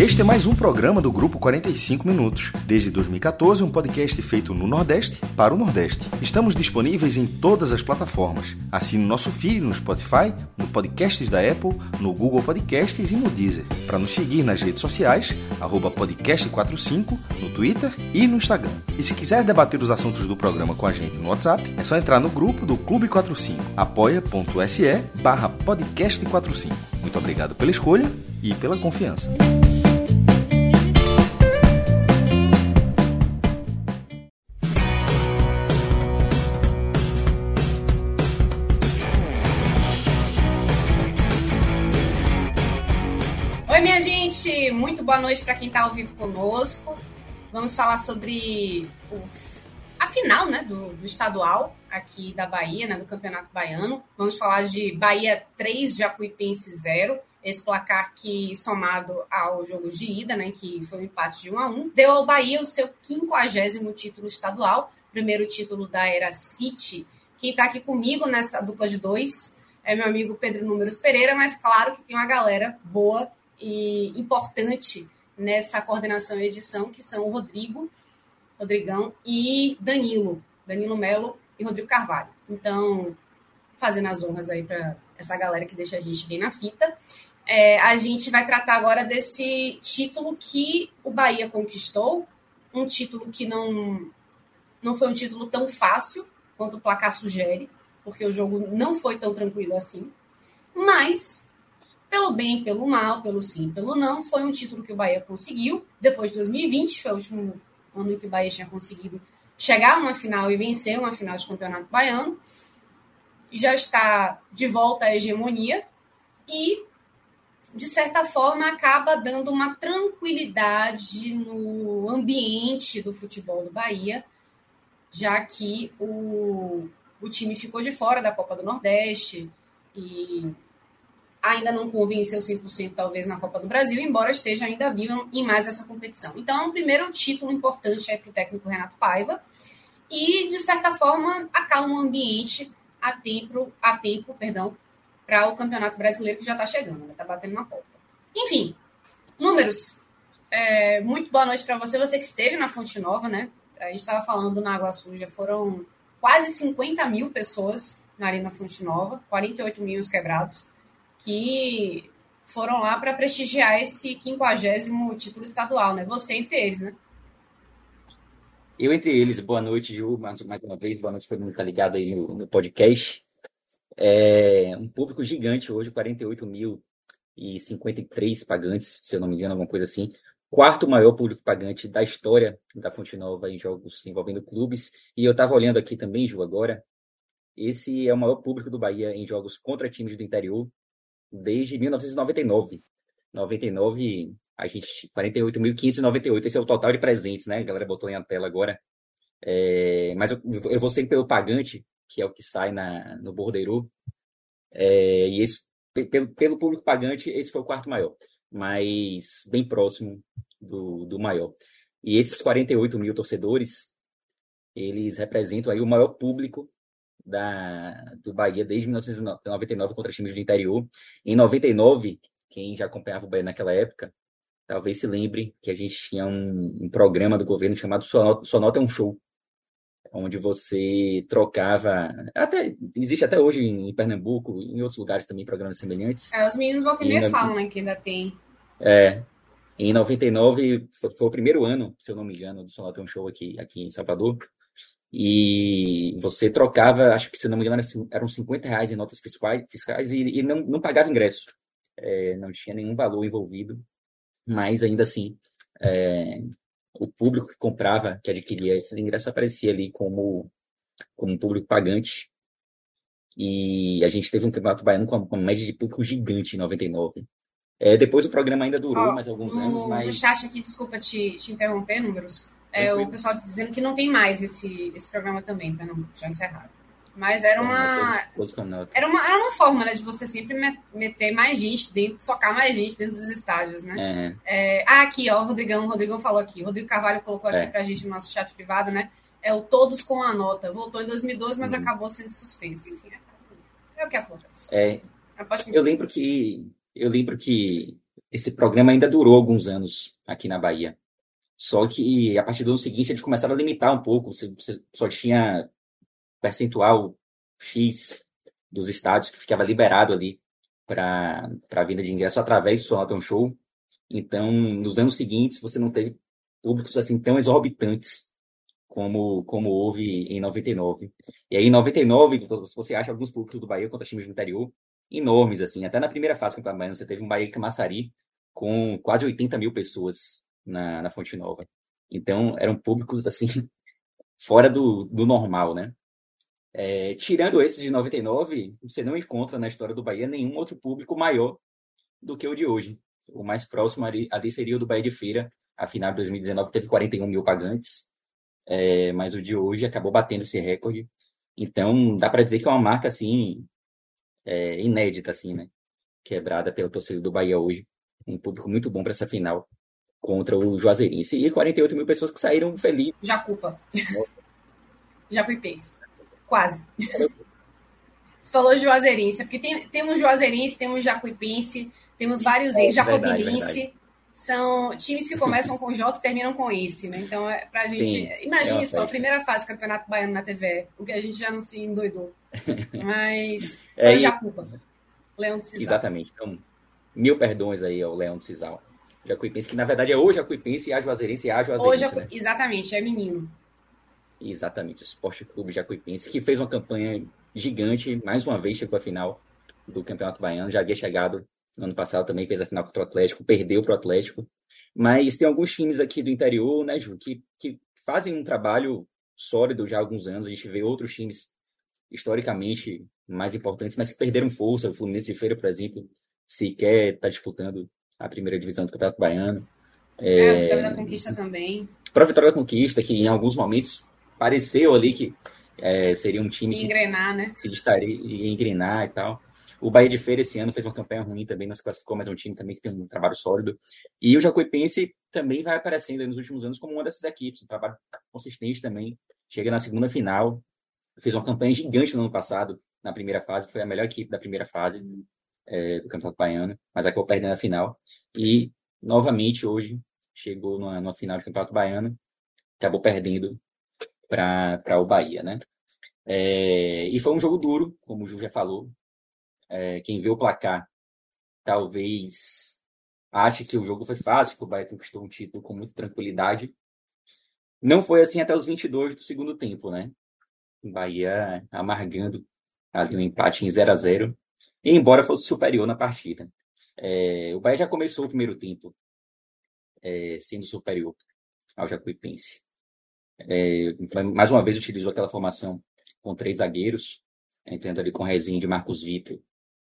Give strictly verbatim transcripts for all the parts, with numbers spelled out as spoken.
Este é mais um programa do Grupo quarenta e cinco Minutos. Desde dois mil e catorze, um podcast feito no Nordeste para o Nordeste. Estamos disponíveis em todas as plataformas. Assine nosso feed no Spotify, no Podcasts da Apple, no Google Podcasts e no Deezer. Para nos seguir nas redes sociais, arroba podcast quarenta e cinco, no Twitter e no Instagram. E se quiser debater os assuntos do programa com a gente no WhatsApp, é só entrar no grupo do Clube quarenta e cinco, apoia.se barra podcast quarenta e cinco. Muito obrigado pela escolha e pela confiança. Oi, minha gente! Muito boa noite para quem está ao vivo conosco. Vamos falar sobre o, a final, né, do, do estadual aqui da Bahia, né, do Campeonato Baiano. Vamos falar de Bahia três, Jacuipense zero. Esse placar que, somado ao jogo de ida, né, que foi um empate de um a um, deu ao Bahia o seu quinquagésimo título estadual, primeiro título da era City. Quem está aqui comigo nessa dupla de dois é meu amigo Pedro Números Pereira, mas claro que tem uma galera boa e importante nessa coordenação e edição, que são o Rodrigo, Rodrigão e Danilo, Danilo Melo e Rodrigo Carvalho. Então, fazendo as honras aí para essa galera que deixa a gente bem na fita, é, a gente vai tratar agora desse título que o Bahia conquistou, um título que não, não foi um título tão fácil quanto o placar sugere, porque o jogo não foi tão tranquilo assim, mas pelo bem, pelo mal, pelo sim, pelo não, foi um título que o Bahia conseguiu. Depois de dois mil e vinte, foi o último ano em que o Bahia tinha conseguido chegar a uma final e vencer uma final de campeonato baiano. Já está de volta à hegemonia e, de certa forma, acaba dando uma tranquilidade no ambiente do futebol do Bahia, já que o, o time ficou de fora da Copa do Nordeste e ainda não convenceu cem por cento, talvez, na Copa do Brasil, embora esteja ainda vivo em mais essa competição. Então, é um primeiro título importante para o técnico Renato Paiva e, de certa forma, acalma o ambiente a tempo, a tempo perdão, para o Campeonato Brasileiro que já está chegando, está batendo na porta. Enfim, números. É, muito boa noite para você, você que esteve na Fonte Nova, né? A gente estava falando na Água Suja, foram quase cinquenta mil pessoas na Arena Fonte Nova, quarenta e oito mil os quebrados, que foram lá para prestigiar esse quinquagésimo título estadual, né? Você entre eles, né? Eu entre eles. Boa noite, Ju, mais, mais uma vez. Boa noite para todo mundo que está ligado aí no, no podcast. É um público gigante hoje, quarenta e oito mil e cinquenta e três pagantes, se eu não me engano, alguma coisa assim. Quarto maior público pagante da história da Fonte Nova em jogos envolvendo clubes. E eu estava olhando aqui também, Ju, agora. Esse é o maior público do Bahia em jogos contra times do interior desde mil novecentos e noventa e nove. noventa e nove, a gente, quarenta e oito mil quinhentos e noventa e oito, esse é o total de presentes, né? A galera botou em a tela agora. É, mas eu, eu vou sempre pelo pagante, que é o que sai na, no bordeiro. É, e esse, pelo, pelo público pagante, esse foi o quarto maior, mas bem próximo do, do maior. E esses quarenta e oito mil torcedores, eles representam aí o maior público Da, do Bahia desde mil novecentos e noventa e nove contra times do interior. Em noventa e nove, quem já acompanhava o Bahia naquela época, talvez se lembre que a gente tinha um, um programa do governo chamado Sua Nota, Sua Nota é um Show, onde você trocava, até, existe até hoje em Pernambuco, em outros lugares também, programas semelhantes. É, os meninos voltam e meia falam, né, que ainda tem. É, em noventa e nove, foi, foi o primeiro ano, se eu não me engano, do Sua Nota é um Show aqui, aqui em Salvador. E você trocava, acho que, se não me engano, eram cinquenta reais em notas fiscais, fiscais e, e não, não pagava ingresso. É, não tinha nenhum valor envolvido, mas ainda assim, é, o público que comprava, que adquiria esses ingressos, aparecia ali como, como um público pagante. E a gente teve um campeonato baiano com uma média de público gigante em noventa e nove. É, depois o programa ainda durou Ó, mais alguns no, anos, mas... No chat aqui, desculpa te, te interromper, Números, é, o pessoal dizendo que não tem mais esse, esse programa também, para não já encerrar. Mas era uma, era uma, era uma forma, né, de você sempre meter mais gente dentro, socar mais gente dentro dos estádios, né? É. É, ah, aqui, ó, o Rodrigão, o Rodrigão falou aqui, o Rodrigo Carvalho colocou aqui é. pra gente no nosso chat privado, né? É o Todos com a Nota. Voltou em dois mil e doze, mas uhum. acabou sendo suspenso. Enfim, é o que acontece. É, eu lembro que, eu lembro que esse programa ainda durou alguns anos aqui na Bahia. Só que a partir do ano seguinte eles começaram a limitar um pouco, você, você só tinha percentual X dos estádios que ficava liberado ali para a venda de ingresso através do Sonata Show. Então, nos anos seguintes, você não teve públicos assim tão exorbitantes como, como houve em noventa e nove. E aí, em noventa e nove, você acha alguns públicos do Bahia contra times do interior enormes, assim. Até na primeira fase do Campeonato Baiano, você teve um Bahia e Camaçari com quase oitenta mil pessoas na, na Fonte Nova. Então, eram públicos, assim, fora do, do normal, né? É, tirando esses de noventa e nove, você não encontra na história do Bahia nenhum outro público maior do que o de hoje. O mais próximo ali, ali seria o do Bahia de Feira. A final de dois mil e dezenove teve quarenta e um mil pagantes, é, mas o de hoje acabou batendo esse recorde. Então, dá para dizer que é uma marca assim, é, inédita, assim, né? Quebrada pela torcida do Bahia hoje. Um público muito bom para essa final contra o Juazeirense. E quarenta e oito mil pessoas que saíram felizes. Jacupa. Jacuipense. Quase. Você falou Juazeirense, porque tem, temos Juazeirense, temos Jacuipense, temos vários ex, Jacobinense. São times que começam com J e terminam com esse, né? Então, é pra gente... Sim, imagine é só, a primeira fase do Campeonato Baiano na T V, o que a gente já não se endoidou. Mas foi é, Jacupa. Leão de Cisal. Exatamente. Então, mil perdões aí ao Leão de Cisal. Jacuipense, que na verdade é o Jacuipense e a Juazeirense e a Juazeirense. Jacu... Né? Exatamente, é menino. Exatamente, o Esporte Clube Jacuipense, que fez uma campanha gigante, mais uma vez chegou à final do Campeonato Baiano, já havia chegado no ano passado também, fez a final contra o Atlético, perdeu para o Atlético, mas tem alguns times aqui do interior, né, Ju, que, que fazem um trabalho sólido já há alguns anos, a gente vê outros times historicamente mais importantes, mas que perderam força, o Fluminense de Feira, por exemplo, sequer está disputando a primeira divisão do Campeonato Baiano. É, é a Vitória da Conquista também. Para a Vitória da Conquista, que em alguns momentos pareceu ali que é, seria um time que engrenar, né? se destacaria e engrenar e tal. O Bahia de Feira esse ano fez uma campanha ruim também, não se classificou, mas é um time também que tem um trabalho sólido. E o Jacuipense também vai aparecendo nos últimos anos como uma dessas equipes, um trabalho consistente também. Chega na segunda final, fez uma campanha gigante no ano passado, na primeira fase, foi a melhor equipe da primeira fase é, do Campeonato Baiano, mas acabou perdendo na final. E, novamente, hoje, chegou numa, numa final do Campeonato Baiano, acabou perdendo para o Bahia, né? É, e foi um jogo duro, como o Ju já falou. É, quem vê o placar talvez ache que o jogo foi fácil, que o Bahia conquistou um título com muita tranquilidade. Não foi assim até os vinte e dois do segundo tempo, né? O Bahia amargando ali um empate em zero a zero, embora fosse superior na partida. É, o Bahia já começou o primeiro tempo é, sendo superior ao Jacuipense. É, mais uma vez utilizou aquela formação com três zagueiros, entrando ali com Rezinho de Marcos Vitor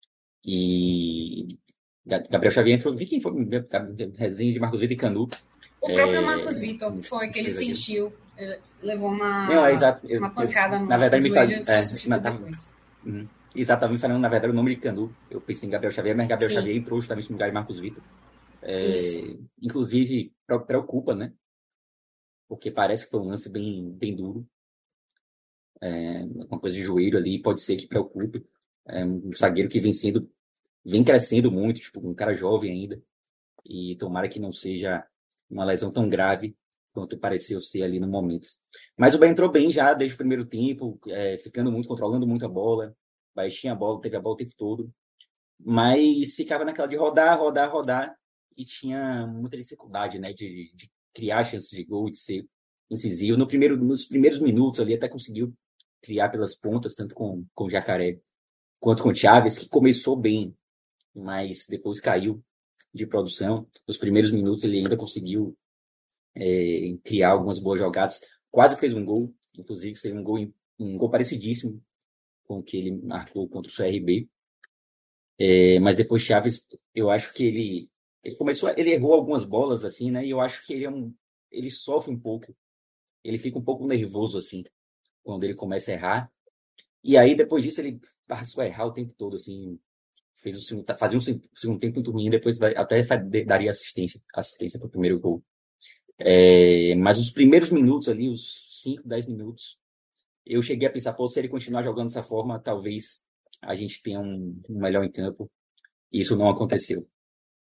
e Gabriel Xavier entrou. Quem foi? Rezinho de Marcos Vitor e Canu. O próprio é... Marcos Vitor foi que ele sentiu, ele levou uma, Não, é exato. uma pancada eu, no na verdade, me joelho, fal... foi é, depois. Uhum. Exato, estava me falando, na verdade, o nome de Canu. Eu pensei em Gabriel Xavier, mas Gabriel Sim. Xavier entrou justamente no lugar de Marcos Vitor. É, inclusive, preocupa, né? Porque parece que foi um lance bem, bem duro. É, uma coisa de joelho ali, pode ser que preocupe. É um zagueiro que vem sendo, vem crescendo muito, tipo, um cara jovem ainda. E tomara que não seja uma lesão tão grave quanto pareceu ser ali no momento. Mas o Bahia entrou bem já desde o primeiro tempo, é, ficando muito, controlando muito a bola. Baixinha a bola, teve a bola o tempo todo. Mas ficava naquela de rodar, rodar, rodar. E tinha muita dificuldade, né, de, de criar chances de gol, de ser incisivo. No primeiro, nos primeiros minutos ali até conseguiu criar pelas pontas, tanto com, com o Jacaré quanto com o Chaves, que começou bem, mas depois caiu de produção. Nos primeiros minutos ele ainda conseguiu é, criar algumas boas jogadas, quase fez um gol, inclusive teve um gol, um gol parecidíssimo com o que ele marcou contra o C R B. É, mas depois Chaves, eu acho que ele, ele começou, ele errou algumas bolas assim, né? E eu acho que ele é um, ele sofre um pouco, ele fica um pouco nervoso assim quando ele começa a errar. E aí depois disso ele passou a errar o tempo todo assim. Fez o segundo, fazia um segundo tempo muito ruim, depois até daria assistência, assistência para o primeiro gol. É, mas os primeiros minutos ali, os cinco, dez minutos, eu cheguei a pensar, pô, se ele continuar jogando dessa forma, talvez a gente tenha um, um melhor em campo. E isso não aconteceu.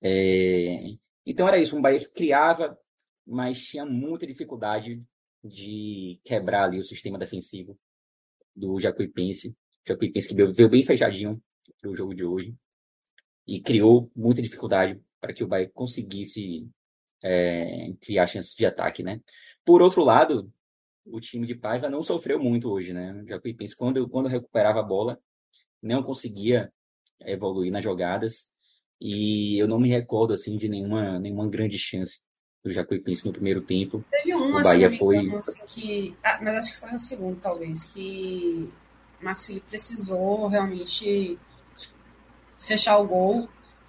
É, Então era isso, um Bahia que criava, mas tinha muita dificuldade de quebrar ali o sistema defensivo do Jacuipense. O Jacuipense que veio veio bem fechadinho para o jogo de hoje e criou muita dificuldade para que o Bahia conseguisse é, criar chances de ataque, né? Por outro lado, o time de Paiva não sofreu muito hoje, né? O Jacuipense, quando, quando recuperava a bola, não conseguia evoluir nas jogadas e eu não me recordo assim de nenhuma, nenhuma grande chance do Jacuipense no primeiro tempo. Teve O uma, se não Bahia me foi... engano, assim, que. Ah, mas acho que foi no segundo, talvez, que o Marcos Felipe precisou realmente fechar o gol.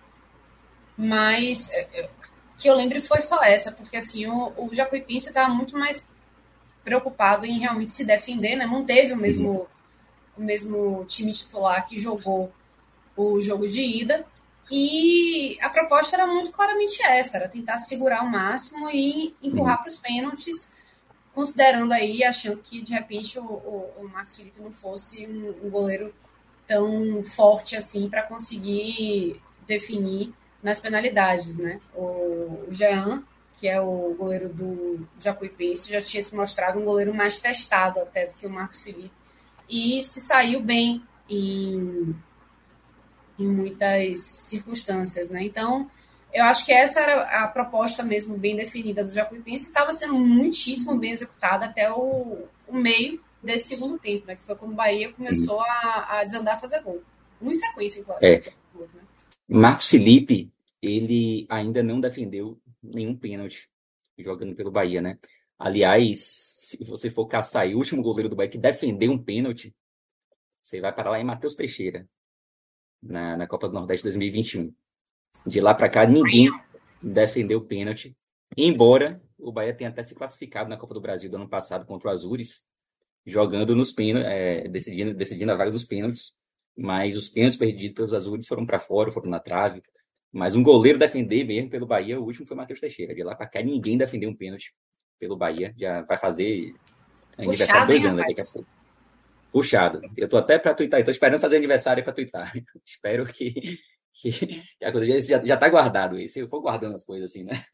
Mas é, é, que eu lembre foi só essa, porque assim, o, o Jacuipense estava muito mais preocupado em realmente se defender, né? Manteve o mesmo, o mesmo time titular que jogou o jogo de ida. E a proposta era muito claramente essa, era tentar segurar ao máximo e empurrar para os pênaltis, considerando aí, achando que de repente o, o, o Marcos Felipe não fosse um, um goleiro tão forte assim para conseguir definir nas penalidades, né? O, o Jean, que é o goleiro do Jacuipense, já tinha se mostrado um goleiro mais testado até do que o Marcos Felipe e se saiu bem em em muitas circunstâncias, né? Então, eu acho que essa era a proposta mesmo bem definida do Jacuipense e estava sendo muitíssimo bem executada até o, o meio desse segundo tempo, né? Que foi quando o Bahia começou a, a desandar a fazer gol. Um em sequência, claro. É. Né? Marcos Felipe, ele ainda não defendeu nenhum pênalti jogando pelo Bahia, né? Aliás, se você for caçar aí, o último goleiro do Bahia que defendeu um pênalti, você vai parar lá em Matheus Teixeira. Na, na Copa do Nordeste dois mil e vinte e um. De lá para cá, ninguém defendeu o pênalti, embora o Bahia tenha até se classificado na Copa do Brasil do ano passado contra o Azures, jogando nos pênaltis, é, decidindo, decidindo a vaga dos pênaltis, mas os pênaltis perdidos pelos Azures foram para fora, foram na trave. Mas um goleiro defender mesmo pelo Bahia, o último foi Matheus Teixeira. De lá para cá, ninguém defendeu um pênalti pelo Bahia. Já vai fazer aniversário de dois anos daqui a pouco. Puxado. Eu tô até para twittar, tô esperando fazer aniversário para twittar. Espero que, que, que a coisa já, já tá guardado esse. Eu vou guardando as coisas assim, né?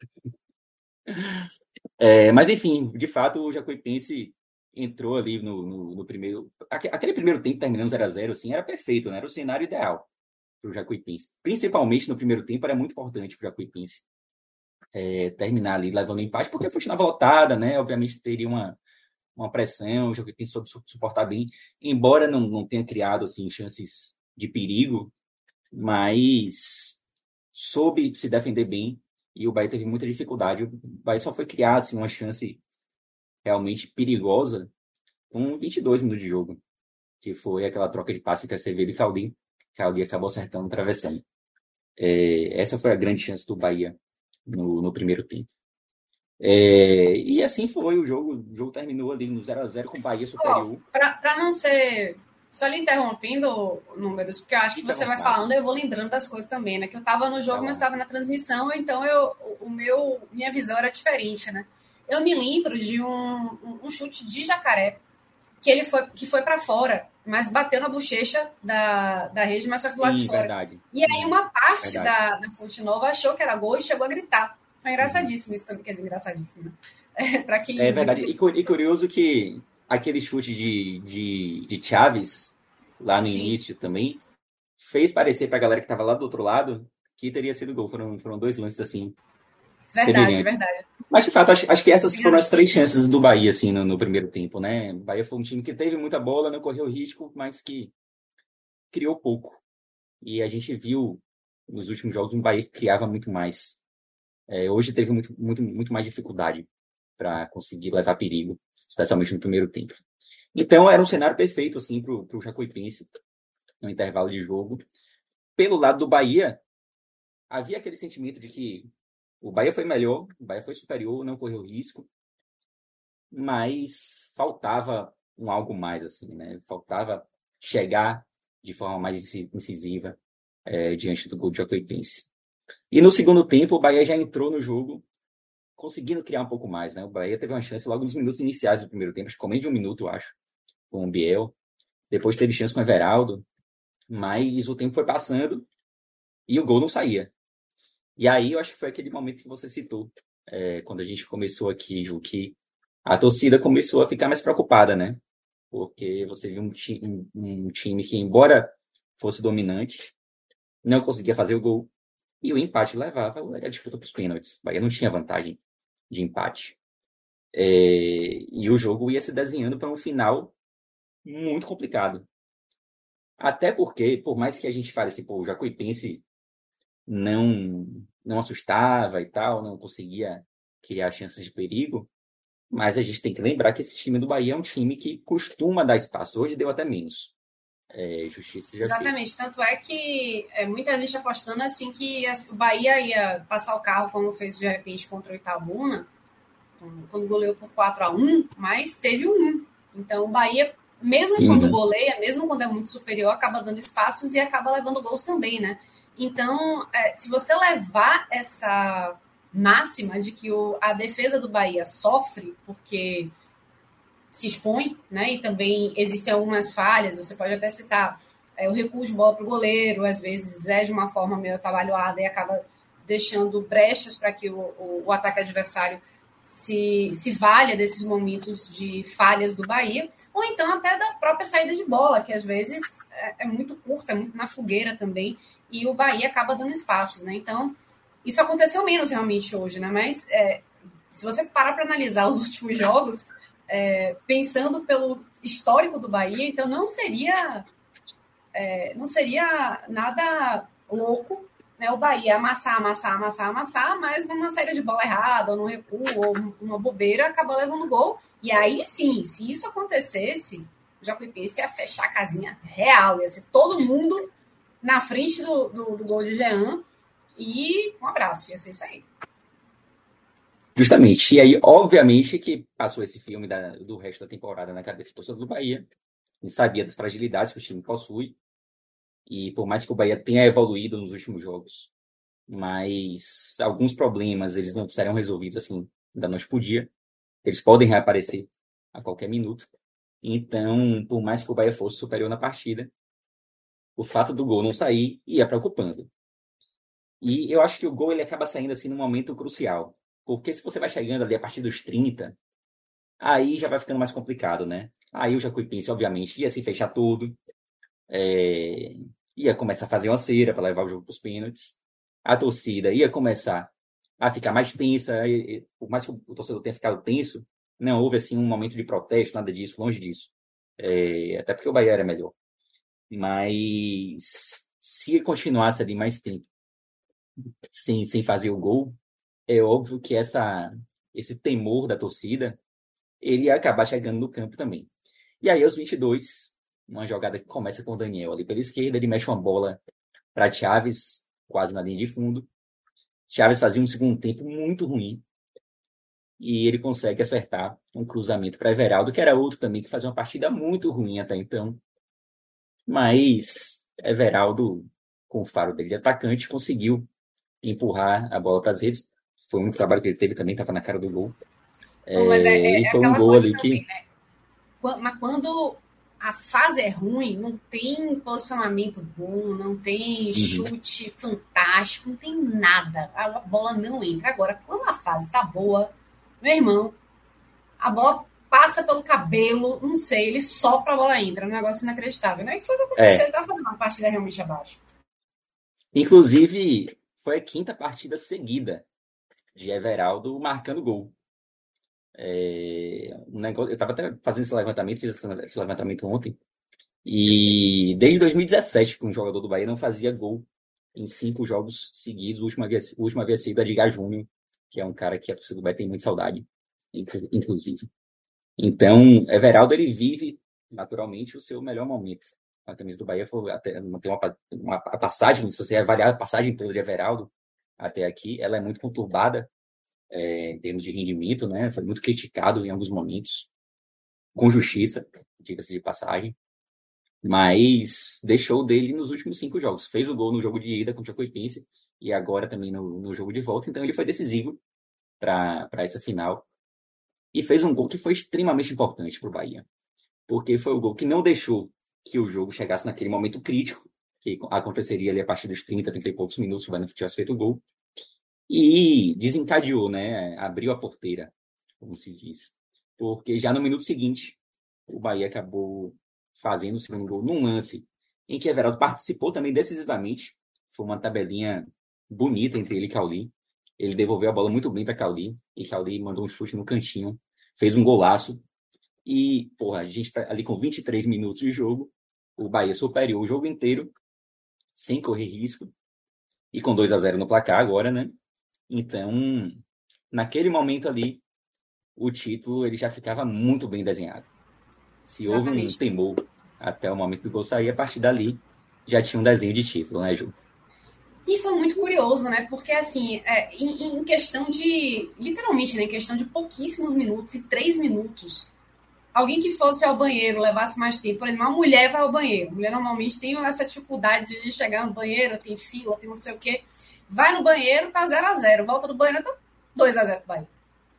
É, mas enfim, de fato, o Jacuipense entrou ali no, no, no primeiro. Aquele primeiro tempo terminando zero a zero, assim, era perfeito, né? Era o cenário ideal para o Jacuipense. Principalmente no primeiro tempo, era muito importante para o Jacuipense é, terminar ali levando empate, porque foi na voltada, né? Obviamente teria uma. uma pressão, o Jacuipense soube suportar bem, embora não, não tenha criado assim, chances de perigo, mas soube se defender bem e o Bahia teve muita dificuldade. O Bahia só foi criar assim, uma chance realmente perigosa com vinte e dois minutos de jogo, que foi aquela troca de passe entre Acevedo e Caldinho, que Caldinho acabou acertando o travessão. É, essa foi a grande chance do Bahia no, no primeiro tempo. É, e assim foi o jogo. O jogo terminou ali no zero a zero com o Bahia superior. Oh, para não ser. Só lhe interrompendo, Números, porque eu acho que Fica você vai falando, eu vou lembrando das coisas também, né? Que eu estava no jogo, tá, mas estava na transmissão, então eu, o meu, minha visão era diferente, né? Eu me lembro de um, um chute de Jacaré, que ele foi, que foi para fora, mas bateu na bochecha da, da rede, mas só que do lado Sim, de fora. Verdade. E aí uma parte da, da Fonte Nova achou que era gol e chegou a gritar. Foi engraçadíssimo isso também, quer dizer, engraçadíssimo, né? É, pra quem... é verdade. E, e curioso que aquele chute de, de, de Chaves, lá no Sim. início também, fez parecer pra galera que tava lá do outro lado que teria sido gol. Foram, foram dois lances assim. Verdade, verdade. Mas, de fato, acho, acho que essas foram as três chances do Bahia, assim, no, no primeiro tempo, né? O Bahia foi um time que teve muita bola, não correu risco, mas que criou pouco. E a gente viu nos últimos jogos um Bahia que criava muito mais. É, hoje teve muito, muito, muito mais dificuldade para conseguir levar perigo, especialmente no primeiro tempo. Então, era um cenário perfeito, assim, para o Jacuipense, no intervalo de jogo. Pelo lado do Bahia, havia aquele sentimento de que o Bahia foi melhor, o Bahia foi superior, não correu risco, mas faltava um algo mais, assim, né? Faltava chegar de forma mais incisiva é, diante do gol de Jacuipense. E no segundo tempo, o Bahia já entrou no jogo, conseguindo criar um pouco mais, né? O Bahia teve uma chance logo nos minutos iniciais do primeiro tempo, acho que com menos de um minuto, eu acho, com o Biel. Depois teve chance com o Everaldo, mas o tempo foi passando e o gol não saía. E aí eu acho que foi aquele momento que você citou, é, quando a gente começou aqui, Ju, que a torcida começou a ficar mais preocupada, né? Porque você viu um, ti- um- um time que, embora fosse dominante, não conseguia fazer o gol, e o empate levava a disputa para os pênaltis. O Bahia não tinha vantagem de empate. É, e o jogo ia se desenhando para um final muito complicado. Até porque, por mais que a gente fale assim, pô, o Jacuipense não, não assustava e tal, não conseguia criar chances de perigo, mas a gente tem que lembrar que esse time do Bahia é um time que costuma dar espaço. Hoje deu até menos. É, justiça já feita. Exatamente, tanto é que é, muita gente apostando assim que o Bahia ia passar o carro como fez de repente contra o Itabuna, quando goleou por quatro a um, mas teve um um. Então o Bahia, mesmo Uhum. quando goleia, mesmo quando é muito superior, acaba dando espaços e acaba levando gols também, né? Então, é, se você levar essa máxima de que o, a defesa do Bahia sofre porque se expõe, né? E também existem algumas falhas, você pode até citar é, o recuo de bola para o goleiro, às vezes é de uma forma meio atabalhoada e acaba deixando brechas para que o, o, o ataque adversário se, se valha desses momentos de falhas do Bahia, ou então até da própria saída de bola, que às vezes é, é muito curta, é muito na fogueira também, e o Bahia acaba dando espaços, né? Então, isso aconteceu menos realmente hoje, né? Mas é, se você parar para analisar os últimos jogos, é, pensando pelo histórico do Bahia, então não seria é, não seria nada louco, né, o Bahia amassar, amassar, amassar, amassar, mas numa saída de bola errada, ou num recuo, ou uma bobeira, acabou levando gol. E aí sim, se isso acontecesse, o Jacuipense ia fechar a casinha real, ia ser todo mundo na frente do, do, do gol de Jean, e um abraço, ia ser isso aí. Justamente. E aí, obviamente, que passou esse filme da, do resto da temporada na cabeça do torcedor do Bahia. A gente sabia das fragilidades que o time possui. E por mais que o Bahia tenha evoluído nos últimos jogos, mas alguns problemas eles não serão resolvidos assim da noite pro dia. Eles podem reaparecer a qualquer minuto. Então, por mais que o Bahia fosse superior na partida, o fato do gol não sair ia preocupando. E eu acho que o gol ele acaba saindo assim num momento crucial. Porque se você vai chegando ali a partir dos trinta, aí já vai ficando mais complicado, né? Aí o Jacuipense, obviamente, ia se fechar todo. É... Ia começar a fazer uma cera para levar o jogo para os pênaltis. A torcida ia começar a ficar mais tensa. E, e, por mais que o torcedor tenha ficado tenso, não houve assim um momento de protesto, nada disso, longe disso. É... Até porque o Bahia era melhor. Mas se continuasse ali mais tempo sem, sem fazer o gol, é óbvio que essa, esse temor da torcida ele ia acabar chegando no campo também. E aí, aos vinte e dois, uma jogada que começa com o Daniel ali pela esquerda, ele mexe uma bola para Chaves, quase na linha de fundo. Chaves fazia um segundo tempo muito ruim. E ele consegue acertar um cruzamento para Everaldo, que era outro também que fazia uma partida muito ruim até então. Mas Everaldo, com o faro dele de atacante, conseguiu empurrar a bola para as redes. Foi um trabalho que ele teve também, estava na cara do gol. Bom, mas é, é, e é foi um aquela gol coisa ali também, que... né? Mas quando a fase é ruim, não tem posicionamento bom, não tem Uhum. chute fantástico, não tem nada. A bola não entra. Agora, quando a fase tá boa, meu irmão, a bola passa pelo cabelo, não sei, ele sopra a bola entra. É um negócio inacreditável, né? E foi o que aconteceu. É. Ele tá fazendo uma partida realmente abaixo. Inclusive, foi a quinta partida seguida de Everaldo marcando gol. É, um negócio, eu estava até fazendo esse levantamento, fiz esse levantamento ontem. E desde dois mil e dezessete, que um jogador do Bahia não fazia gol em cinco jogos seguidos. O último havia, o último havia sido Edgar Júnior, que é um cara que a torcida do Bahia tem muita saudade, inclusive. Então, Everaldo, ele vive naturalmente o seu melhor momento. A camisa do Bahia foi até, tem uma, uma a passagem, se você avaliar a passagem toda de Everaldo até aqui, ela é muito conturbada é, em termos de rendimento, né? Foi muito criticado em alguns momentos, com justiça, diga-se de passagem, mas deixou dele nos últimos cinco jogos. Fez o gol no jogo de ida contra o Jacuipense e agora também no, no jogo de volta, então ele foi decisivo para essa final. E fez um gol que foi extremamente importante para o Bahia, porque foi o gol que não deixou que o jogo chegasse naquele momento crítico, que aconteceria ali a partir dos trinta, trinta e poucos minutos, se o Bahia não tivesse feito o gol. e desencadeou, né? Abriu a porteira, como se diz. Porque já no minuto seguinte, o Bahia acabou fazendo o segundo gol num lance em que Everaldo participou também decisivamente. Foi uma tabelinha bonita entre ele e Cauli. Ele devolveu a bola muito bem para Cauli, e Cauli mandou um chute no cantinho, fez um golaço. E, porra, a gente tá ali com vinte e três minutos de jogo, o Bahia superior o jogo inteiro, sem correr risco, e com dois a zero no placar agora, né? Então, naquele momento ali, o título ele já ficava muito bem desenhado. Se houve Exatamente. um temor até o momento do gol sair, a partir dali já tinha um desenho de título, né, Ju? E foi muito curioso, né? Porque, assim, é, em, em questão de... Literalmente, né? Em questão de pouquíssimos minutos, e três minutos, alguém que fosse ao banheiro, levasse mais tempo. Por exemplo, uma mulher vai ao banheiro. A mulher normalmente tem essa dificuldade de chegar no banheiro, tem fila, tem não sei o quê. Vai no banheiro, tá zero a zero. Volta do banheiro, tá dois a zero pro Bahia.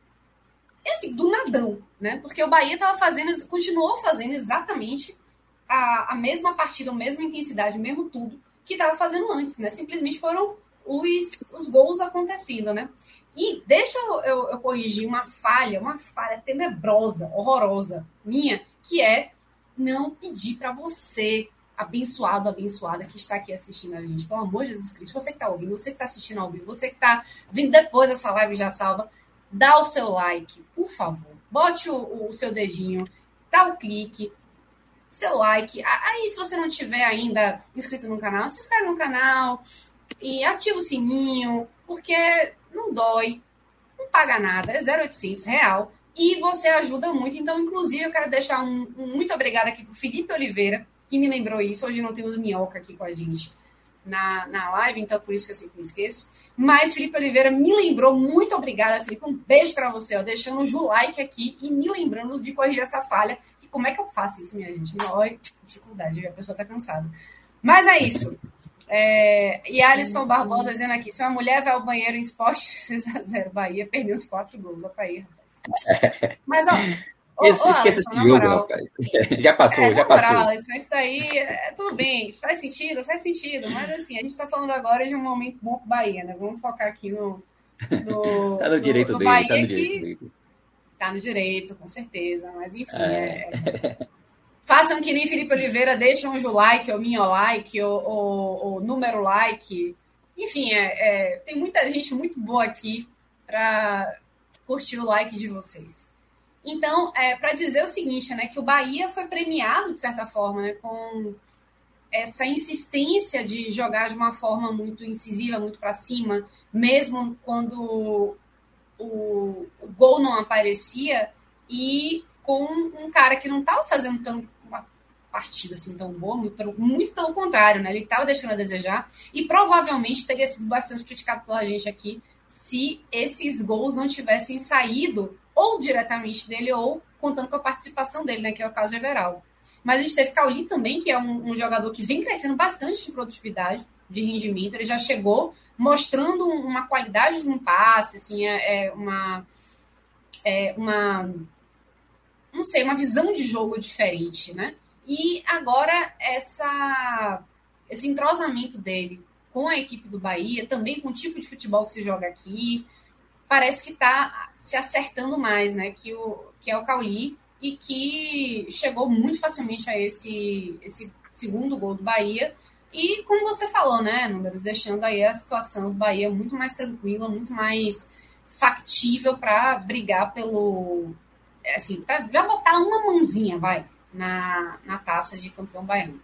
E assim, do nadão, né? Porque o Bahia tava fazendo, continuou fazendo exatamente a, a mesma partida, a mesma intensidade, o mesmo tudo que estava fazendo antes, né? Simplesmente foram os, os gols acontecendo, né? E deixa eu, eu, eu corrigir uma falha, uma falha tenebrosa, horrorosa minha, que é não pedir para você, abençoado, abençoada, que está aqui assistindo a gente, pelo amor de Jesus Cristo, você que está ouvindo, você que está assistindo ao vivo, você que está vindo depois dessa live já salva, dá o seu like, por favor. Bote o, o seu dedinho, dá o clique, seu like. Aí, se você não tiver ainda inscrito no canal, se inscreve no canal e ativa o sininho, porque não dói, não paga nada, é zero oitocentos real e você ajuda muito. Então, inclusive, eu quero deixar um, um muito obrigada aqui pro Felipe Oliveira, que me lembrou isso. Hoje não temos Minhoca aqui com a gente na, na live, então por isso que eu sempre me esqueço. Mas Felipe Oliveira me lembrou, muito obrigada, Felipe. Um beijo para você, ó, deixando o like aqui e me lembrando de corrigir essa falha. Que como é que eu faço isso, minha gente? Não, olha, dificuldade, a pessoa tá cansada. Mas é isso. É, e Alisson Barbosa dizendo aqui: se uma mulher vai ao banheiro em esporte, seis a zero, Bahia perdeu os quatro gols. Opa aí, rapaz. Mas, ó. Ô, Esqueça ô, esse Alisson, jogo, moral, rapaz. Já passou, é, já passou. Moral, isso, isso daí, é, tudo bem, faz sentido, faz sentido. Mas, assim, a gente tá falando agora de um momento bom pro Bahia, né? Vamos focar aqui no. no tá no direito no, no dele, Bahia, tá no direito que... dele. Tá no direito, com certeza. Mas, enfim, é. É... façam que nem Felipe Oliveira, deixem um like, ou minha like, ou, ou, ou número like. Enfim, é, é, tem muita gente muito boa aqui para curtir o like de vocês. Então, é, para dizer o seguinte, né, que o Bahia foi premiado, de certa forma, né, com essa insistência de jogar de uma forma muito incisiva, muito para cima, mesmo quando o, o gol não aparecia, e com um cara que não estava fazendo tão, uma partida assim tão boa, muito pelo, muito pelo contrário, né, ele estava deixando a desejar, e provavelmente teria sido bastante criticado pela gente aqui se esses gols não tivessem saído ou diretamente dele, ou contando com a participação dele, né, que é o caso de Everaldo. Mas a gente teve Cauli também, que é um, um jogador que vem crescendo bastante de produtividade, de rendimento. Ele já chegou mostrando uma qualidade de um passe, assim, é, é uma, é uma, não sei, uma visão de jogo diferente, né? E agora essa, esse entrosamento dele com a equipe do Bahia, também com o tipo de futebol que se joga aqui, parece que está se acertando mais, né? Que, o, que é o Cauli, e que chegou muito facilmente a esse, esse segundo gol do Bahia. E como você falou, né, Números, deixando aí a situação do Bahia muito mais tranquila, muito mais factível para brigar pelo... assim, para já botar uma mãozinha, vai, na, na taça de campeão baiano.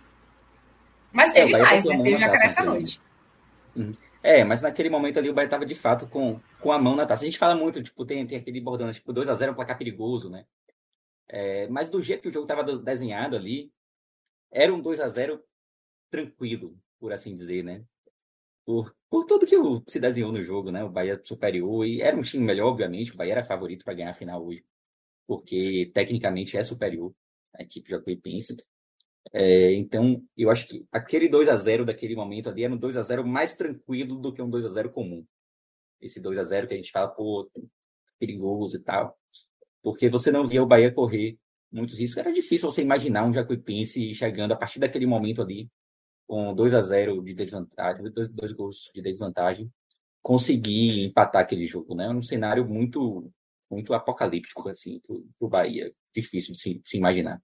Mas teve é, mais, né? Teve Jacaré essa noite. Uhum. É, mas naquele momento ali o Bahia estava de fato com, com a mão na taça. A gente fala muito, tipo, tem, tem aquele bordão, tipo, dois a zero, um placar perigoso, né? É, mas do jeito que o jogo estava desenhado ali, era um dois a zero tranquilo, por assim dizer, né? Por, por tudo que o, se desenhou no jogo, né? O Bahia superior, e era um time melhor, obviamente, o Bahia era favorito para ganhar a final hoje, porque tecnicamente é superior a equipe jacuipense. É, então, eu acho que aquele dois a zero daquele momento ali era um dois a zero mais tranquilo do que um dois a zero comum. Esse dois a zero que a gente fala, pô, perigoso e tal. Porque você não via o Bahia correr muitos riscos. Era difícil você imaginar um jacuipense chegando a partir daquele momento ali com dois a zero de desvantagem, dois, dois gols de desvantagem, conseguir empatar aquele jogo, né? Um cenário muito, muito apocalíptico, assim, pro, pro Bahia. Difícil de se, de se imaginar.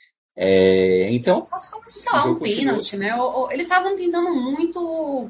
É, então, Só se fosse, sei lá, o um jogo continuou. pênalti, né? Ou, ou, eles estavam tentando muito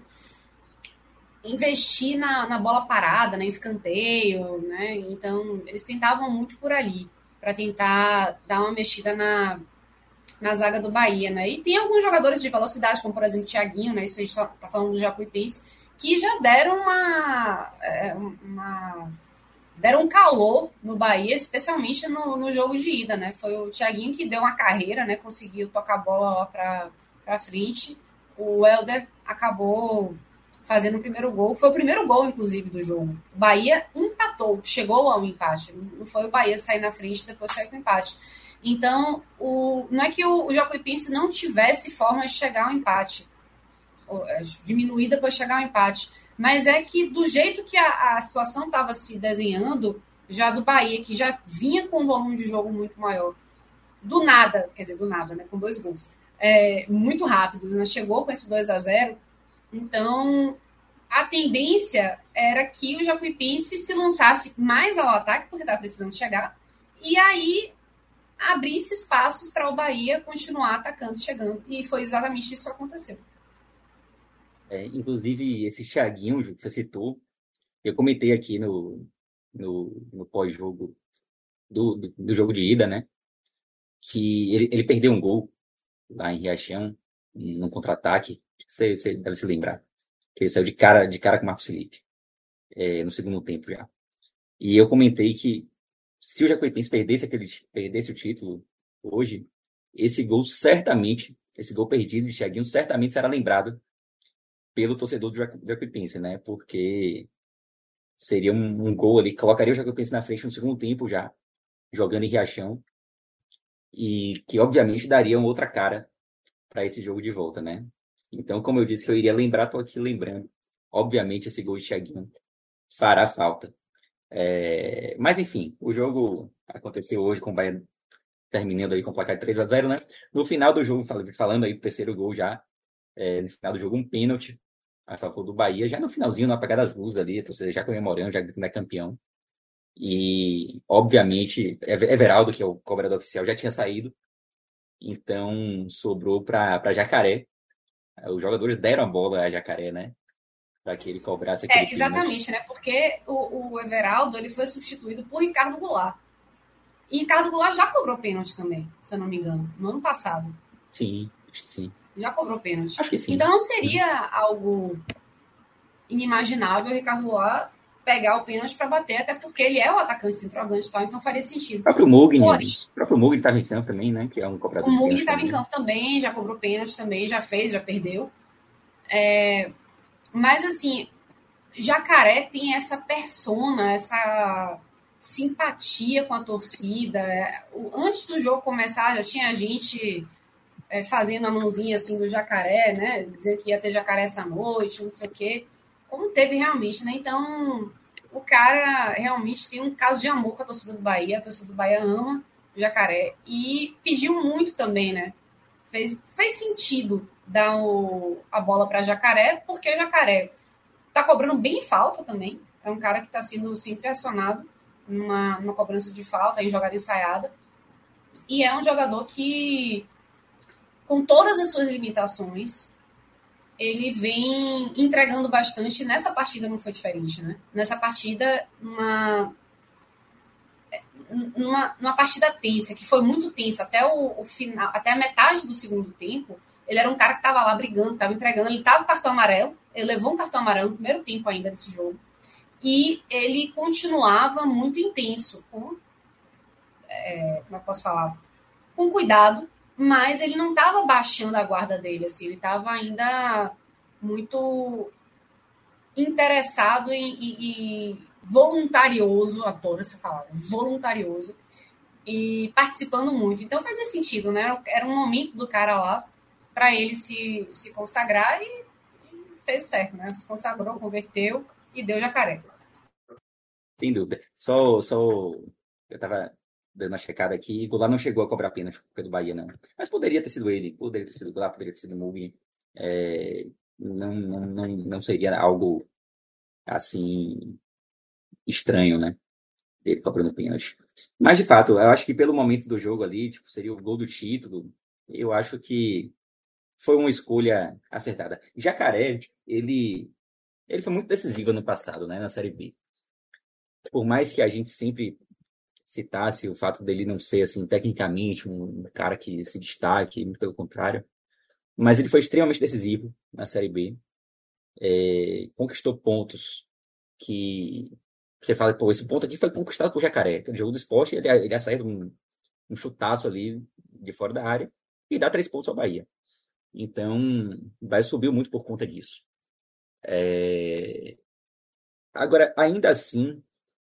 investir na, na bola parada, né? Escanteio, né? Então, eles tentavam muito por ali, para tentar dar uma mexida na, na zaga do Bahia, né? E tem alguns jogadores de velocidade, como por exemplo o Thiaguinho, né? Isso a gente tá, tá falando do Jacuipense, que já deram uma, é, uma deram um calor no Bahia, especialmente no, no jogo de ida, né? Foi o Thiaguinho que deu uma carreira, né? Conseguiu tocar a bola lá para para frente. O Helder acabou fazendo o primeiro gol. Foi o primeiro gol, inclusive, do jogo. O Bahia empatou, chegou ao empate. Não foi o Bahia sair na frente e depois sair com o empate. Então, o, não é que o, o Jacuipense não tivesse forma de chegar ao empate, ou, é, diminuir depois de chegar ao empate, mas é que do jeito que a, a situação estava se desenhando, já do Bahia, que já vinha com um volume de jogo muito maior, do nada, quer dizer, do nada, né, com dois gols, é, muito rápidos, né, chegou com esse dois a zero, então a tendência era que o Jacuipense se lançasse mais ao ataque, porque estava precisando chegar, e aí abrisse espaços para o Bahia continuar atacando, chegando. E foi exatamente isso que aconteceu. É, inclusive, esse Thiaguinho que você citou, eu comentei aqui no, no, no pós-jogo do, do, do jogo de ida, né? Que ele, ele perdeu um gol lá em Riachão, num contra-ataque. Você, você deve se lembrar. Que ele saiu de cara, de cara com o Marcos Felipe, é, no segundo tempo já. E eu comentei que se o Jacuipense perdesse, aquele, perdesse o título hoje, esse gol certamente, esse gol perdido de Thiaguinho, certamente será lembrado pelo torcedor do Jacuipense, né? Porque seria um, um gol ali, colocaria o Jacuipense na frente no segundo tempo já, jogando em Riachão, e que obviamente daria uma outra cara para esse jogo de volta, né? Então, como eu disse que eu iria lembrar, tô aqui lembrando. Obviamente esse gol de Thiaguinho fará falta. É, mas enfim, o jogo aconteceu hoje com o Bahia terminando aí com o placar de três a zero, né? No final do jogo, falando aí do terceiro gol já, é, no final do jogo, um pênalti a favor do Bahia, já no finalzinho, na apagada das luzes ali, ou seja, já comemorando, já que não é campeão. E, obviamente, Everaldo, que é o cobrador oficial, já tinha saído, então sobrou para Jacaré. Os jogadores deram a bola a Jacaré, né? Para que ele cobrasse aquele É, exatamente, pênalti, né? Porque o, o Everaldo ele foi substituído por Ricardo Goulart. E Ricardo Goulart já cobrou pênalti também, se eu não me engano, no ano passado. Sim, acho que sim. Já cobrou pênalti. Acho que sim. Então não seria algo inimaginável o Ricardo Goulart pegar o pênalti para bater, até porque ele é o atacante centroavante e tal, então faria sentido. O próprio Mugni, Porém, o próprio Mugni estava em campo também, né? Que é um cobrador. O Mugni estava em campo também, já cobrou pênalti também, já fez, já perdeu. É, mas assim, Jacaré tem essa persona, essa simpatia com a torcida. Antes do jogo começar, já tinha gente é, fazendo a mãozinha assim do Jacaré, né? Dizendo que ia ter Jacaré essa noite, não sei o quê. Como teve realmente, né? Então, o cara realmente tem um caso de amor com a torcida do Bahia. A torcida do Bahia ama o Jacaré. E pediu muito também, né? Fez, fez sentido dar o, a bola para Jacaré, porque o Jacaré tá cobrando bem falta também. É um cara que está sendo sempre acionado numa, numa cobrança de falta, em jogada ensaiada. E é um jogador que, com todas as suas limitações, ele vem entregando bastante. Nessa partida não foi diferente, né? Nessa partida, uma, uma, uma partida tensa, que foi muito tensa até o, o final, até a metade do segundo tempo. Ele era um cara que estava lá brigando, estava entregando. Ele estava com cartão amarelo. Ele levou um cartão amarelo no primeiro tempo ainda desse jogo. E ele continuava muito intenso, com, é, como eu posso falar, com cuidado, mas ele não estava baixando a guarda dele, assim, ele estava ainda muito interessado e, e, e voluntarioso, adoro essa palavra, voluntarioso, e participando muito. Então fazia sentido, né? Era um momento do cara lá para ele se, se consagrar e, e fez certo, né? Se consagrou, converteu e deu Jacaré. Sem dúvida. Só, só eu tava dando uma checada aqui, e Goulart não chegou a cobrar pênalti do Bahia, não. Mas poderia ter sido ele, poderia ter sido Goulart, poderia ter sido Mugni. É, não, não, não, não seria algo assim, estranho, né? Ele cobrando pênalti. Mas, de fato, eu acho que pelo momento do jogo ali, tipo, seria o gol do título, eu acho que foi uma escolha acertada. Jacaré, ele, ele foi muito decisivo no passado, né, na Série B. Por mais que a gente sempre citasse o fato dele não ser, assim, tecnicamente um cara que se destaque, muito pelo contrário, mas ele foi extremamente decisivo na Série B. É, conquistou pontos que você fala, pô, esse ponto aqui foi conquistado por Jacaré. Aquele jogo do Sport, ele, ele acerta um, um chutaço ali de fora da área e dá três pontos ao Bahia. Então, o Bahia subiu muito por conta disso. É... Agora, ainda assim,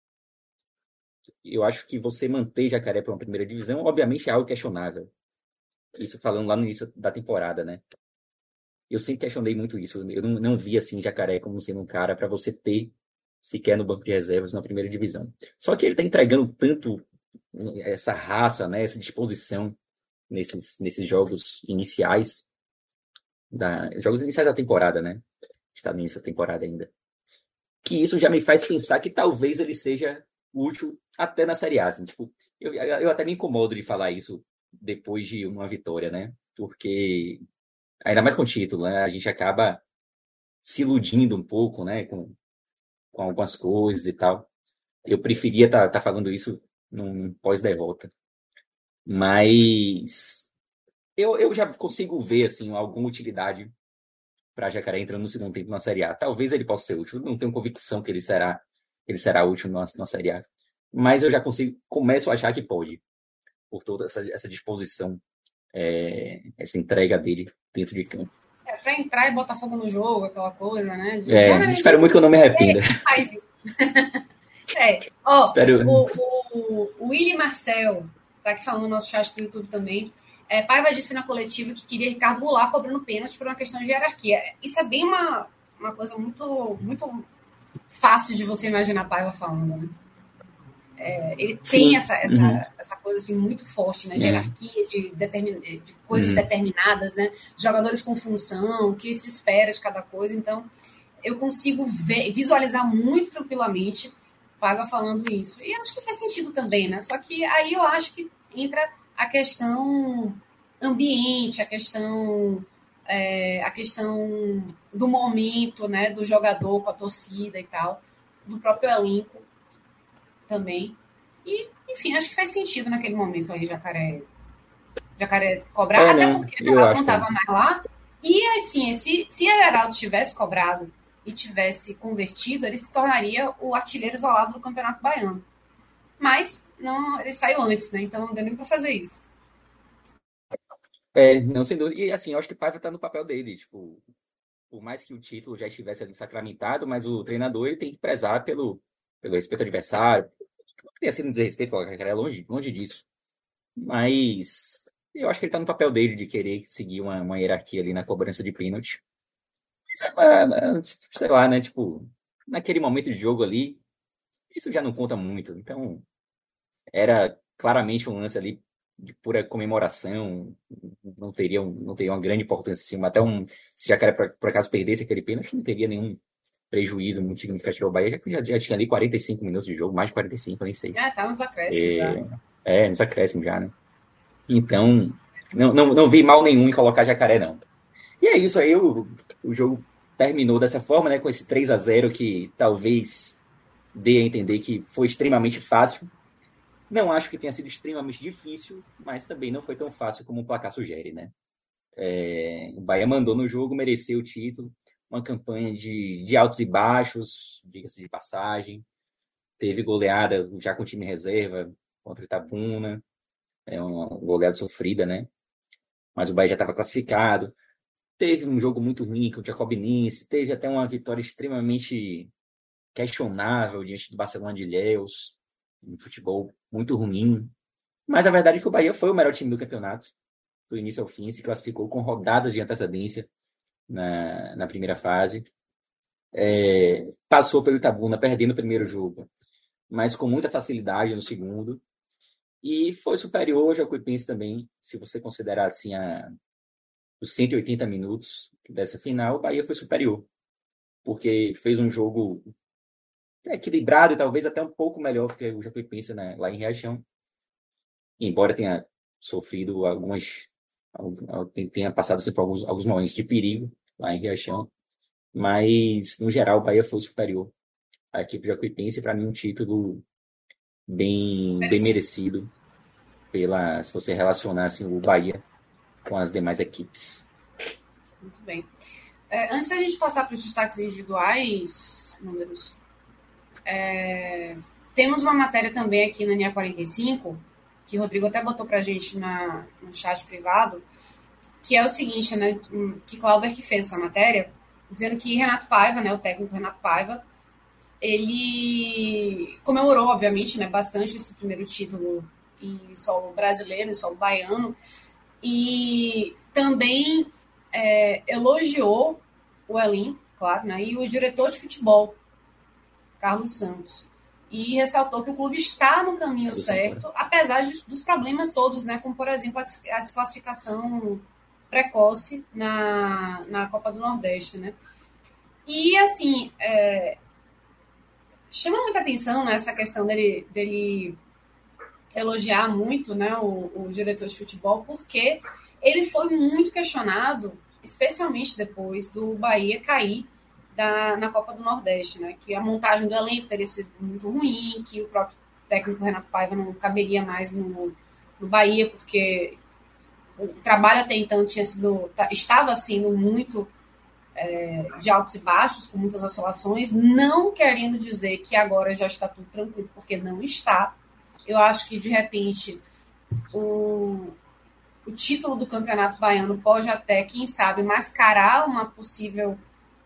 eu acho que você manter Jacaré para uma primeira divisão, obviamente, é algo questionável. Isso falando lá no início da temporada, né? Eu sempre questionei muito isso. Eu não, não vi, assim, Jacaré como sendo um cara para você ter sequer no banco de reservas na primeira divisão. Só que ele está entregando tanto essa raça, né, essa disposição nesses, nesses jogos iniciais, da, jogos iniciais da temporada, né? Está nessa temporada ainda. Que isso já me faz pensar que talvez ele seja útil até na Série A. Assim, tipo, eu, eu até me incomodo de falar isso depois de uma vitória, né? Porque, ainda mais com o título, né? A gente acaba se iludindo um pouco, né? Com, com algumas coisas e tal. Eu preferia estar tá, tá falando isso num pós-derrota. Mas eu, eu já consigo ver, assim, alguma utilidade para Jacaré entrando no segundo tempo na Série A. Talvez ele possa ser útil. Não tenho convicção que ele será, ele será útil na, na Série A. Mas eu já consigo, começo a achar que pode. Por toda essa, essa disposição, é, essa entrega dele dentro de campo. É, para entrar e botar fogo no jogo, aquela coisa, né? De, é, espero muito que eu não me arrependa. Faz isso. é, ó, espero... o, o, o Willy Marcel tá aqui falando no nosso chat do YouTube também. É, Paiva disse na coletiva que queria Ricardo Goulart cobrando pênalti por uma questão de hierarquia. Isso é bem uma, uma coisa muito, muito fácil de você imaginar Paiva falando, né? É, ele Sim. tem essa, essa, uhum. essa coisa assim, muito forte, né? De hierarquia, de, determin, de coisas uhum. determinadas, né? Jogadores com função, o que se espera de cada coisa. Então, eu consigo ver, visualizar muito tranquilamente Paiva falando isso. E acho que faz sentido também, né? Só que aí eu acho que entra a questão ambiente, a questão, é, a questão do momento, né, do jogador com a torcida e tal, do próprio elenco também. E, enfim, acho que faz sentido naquele momento aí, Jacaré, Jacaré cobrar, é, até porque o Geraldo não estava mais lá. E, assim, se, se a Geraldo tivesse cobrado e tivesse convertido, ele se tornaria o artilheiro isolado do Campeonato Baiano. Mas não, ele saiu antes, né? Então não deu nem para fazer isso. É, não, sem dúvida. E assim, eu acho que o Paiva tá no papel dele. Tipo, por mais que o título já estivesse ali sacramentado, mas o treinador ele tem que prezar pelo, pelo respeito ao adversário. Não teria sido um desrespeito com a Jacaré, é longe, longe disso. Mas eu acho que ele tá no papel dele de querer seguir uma, uma hierarquia ali na cobrança de pênalti. Sei lá, né? Tipo, naquele momento de jogo ali, isso já não conta muito. Então, era claramente um lance ali de pura comemoração, não teria, um, não teria uma grande importância assim, até um, se Jacaré por, por acaso perdesse aquele pênalti, não teria nenhum prejuízo muito significativo ao Bahia, já que já, já tinha ali quarenta e cinco minutos de jogo, mais de quarenta e cinco, eu nem sei. É, tá nos acréscimos. É, já. é, nos acréscimos já, né? Então, não, não, não vi mal nenhum em colocar Jacaré, não. E é isso aí, o, o jogo terminou dessa forma, né, com esse três a zero que talvez dê a entender que foi extremamente fácil. Não acho que tenha sido extremamente difícil, mas também não foi tão fácil como o placar sugere, né? É, o Bahia mandou no jogo, mereceu o título, uma campanha de, de altos e baixos, diga-se de passagem. Teve goleada já com o time reserva contra o Itabuna, é uma goleada sofrida, né? Mas o Bahia já estava classificado. Teve um jogo muito ruim com o Jacobinense, teve até uma vitória extremamente questionável diante do Barcelona de Ilhéus, um futebol muito ruim. Mas a verdade é que o Bahia foi o melhor time do campeonato, do início ao fim, se classificou com rodadas de antecedência na, na primeira fase. É, passou pelo Itabuna, perdendo o primeiro jogo, mas com muita facilidade no segundo. E foi superior ao Jacuipense também, se você considerar assim a, os cento e oitenta minutos dessa final, o Bahia foi superior, porque fez um jogo equilibrado e talvez até um pouco melhor que o Jacuipense, né, lá em Riachão. Embora tenha sofrido algumas, tenha passado assim, por alguns, alguns momentos de perigo lá em Riachão, mas no geral o Bahia foi superior à equipe Jacuipense. Para mim um título bem, bem merecido pela, se você relacionar assim, o Bahia com as demais equipes. Muito bem. É, antes da gente passar para os destaques individuais, números, é, temos uma matéria também aqui na N E A quarenta e cinco, que o Rodrigo até botou para a gente na, no chat privado, que é o seguinte, né, que Clauber que fez essa matéria, dizendo que Renato Paiva, né, o técnico Renato Paiva, ele comemorou, obviamente, né, bastante esse primeiro título em solo brasileiro, em solo baiano, e também é, elogiou o Elinho, claro, né, e o diretor de futebol, Carlos Santos, e ressaltou que o clube está no caminho certo, apesar de, dos problemas todos, né, como, por exemplo, a desclassificação precoce na, na Copa do Nordeste, né. E, assim, é, chama muita atenção, né, essa questão dele, dele elogiar muito, né, o, o diretor de futebol, porque ele foi muito questionado, especialmente depois do Bahia cair da, na Copa do Nordeste, né, que a montagem do elenco teria sido muito ruim, que o próprio técnico Renato Paiva não caberia mais no, no Bahia, porque o trabalho até então tinha sido, estava sendo muito é, de altos e baixos, com muitas oscilações, não querendo dizer que agora já está tudo tranquilo, porque não está. Eu acho que, de repente, o, o título do Campeonato Baiano pode até, quem sabe, mascarar uma possível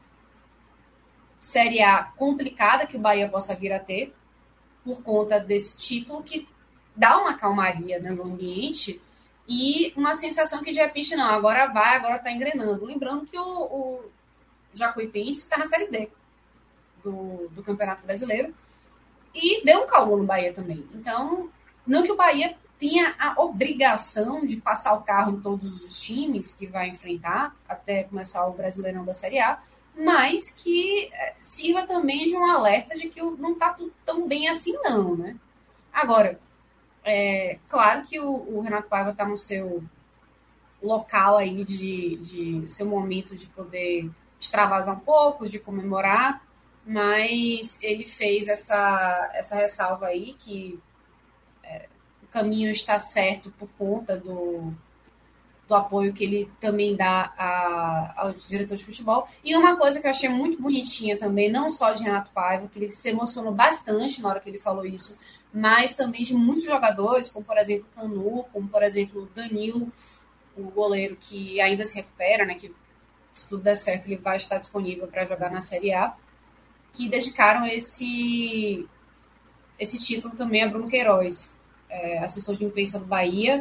Série A complicada que o Bahia possa vir a ter, por conta desse título que dá uma calmaria, né, no ambiente e uma sensação que, de repente, não, agora vai, agora está engrenando. Lembrando que o, o Jacuipense está na Série D do, do Campeonato Brasileiro e deu um calor no Bahia também. Então, não que o Bahia tenha a obrigação de passar o carro em todos os times que vai enfrentar até começar o Brasileirão da Série A, mas que sirva também de um alerta de que não está tudo tão bem assim não, né? Agora, é claro que o, o Renato Paiva está no seu local aí de, de seu momento de poder extravasar um pouco, de comemorar, mas ele fez essa, essa ressalva aí que é, o caminho está certo por conta do, do apoio que ele também dá a, ao diretor de futebol. E uma coisa que eu achei muito bonitinha também, não só de Renato Paiva, que ele se emocionou bastante na hora que ele falou isso, mas também de muitos jogadores, como por exemplo o Canu, como por exemplo o Danilo, o goleiro que ainda se recupera, né, que se tudo der certo ele vai estar disponível para jogar na Série A, que dedicaram esse, esse título também a Bruno Queiroz, é, assessor de imprensa do Bahia,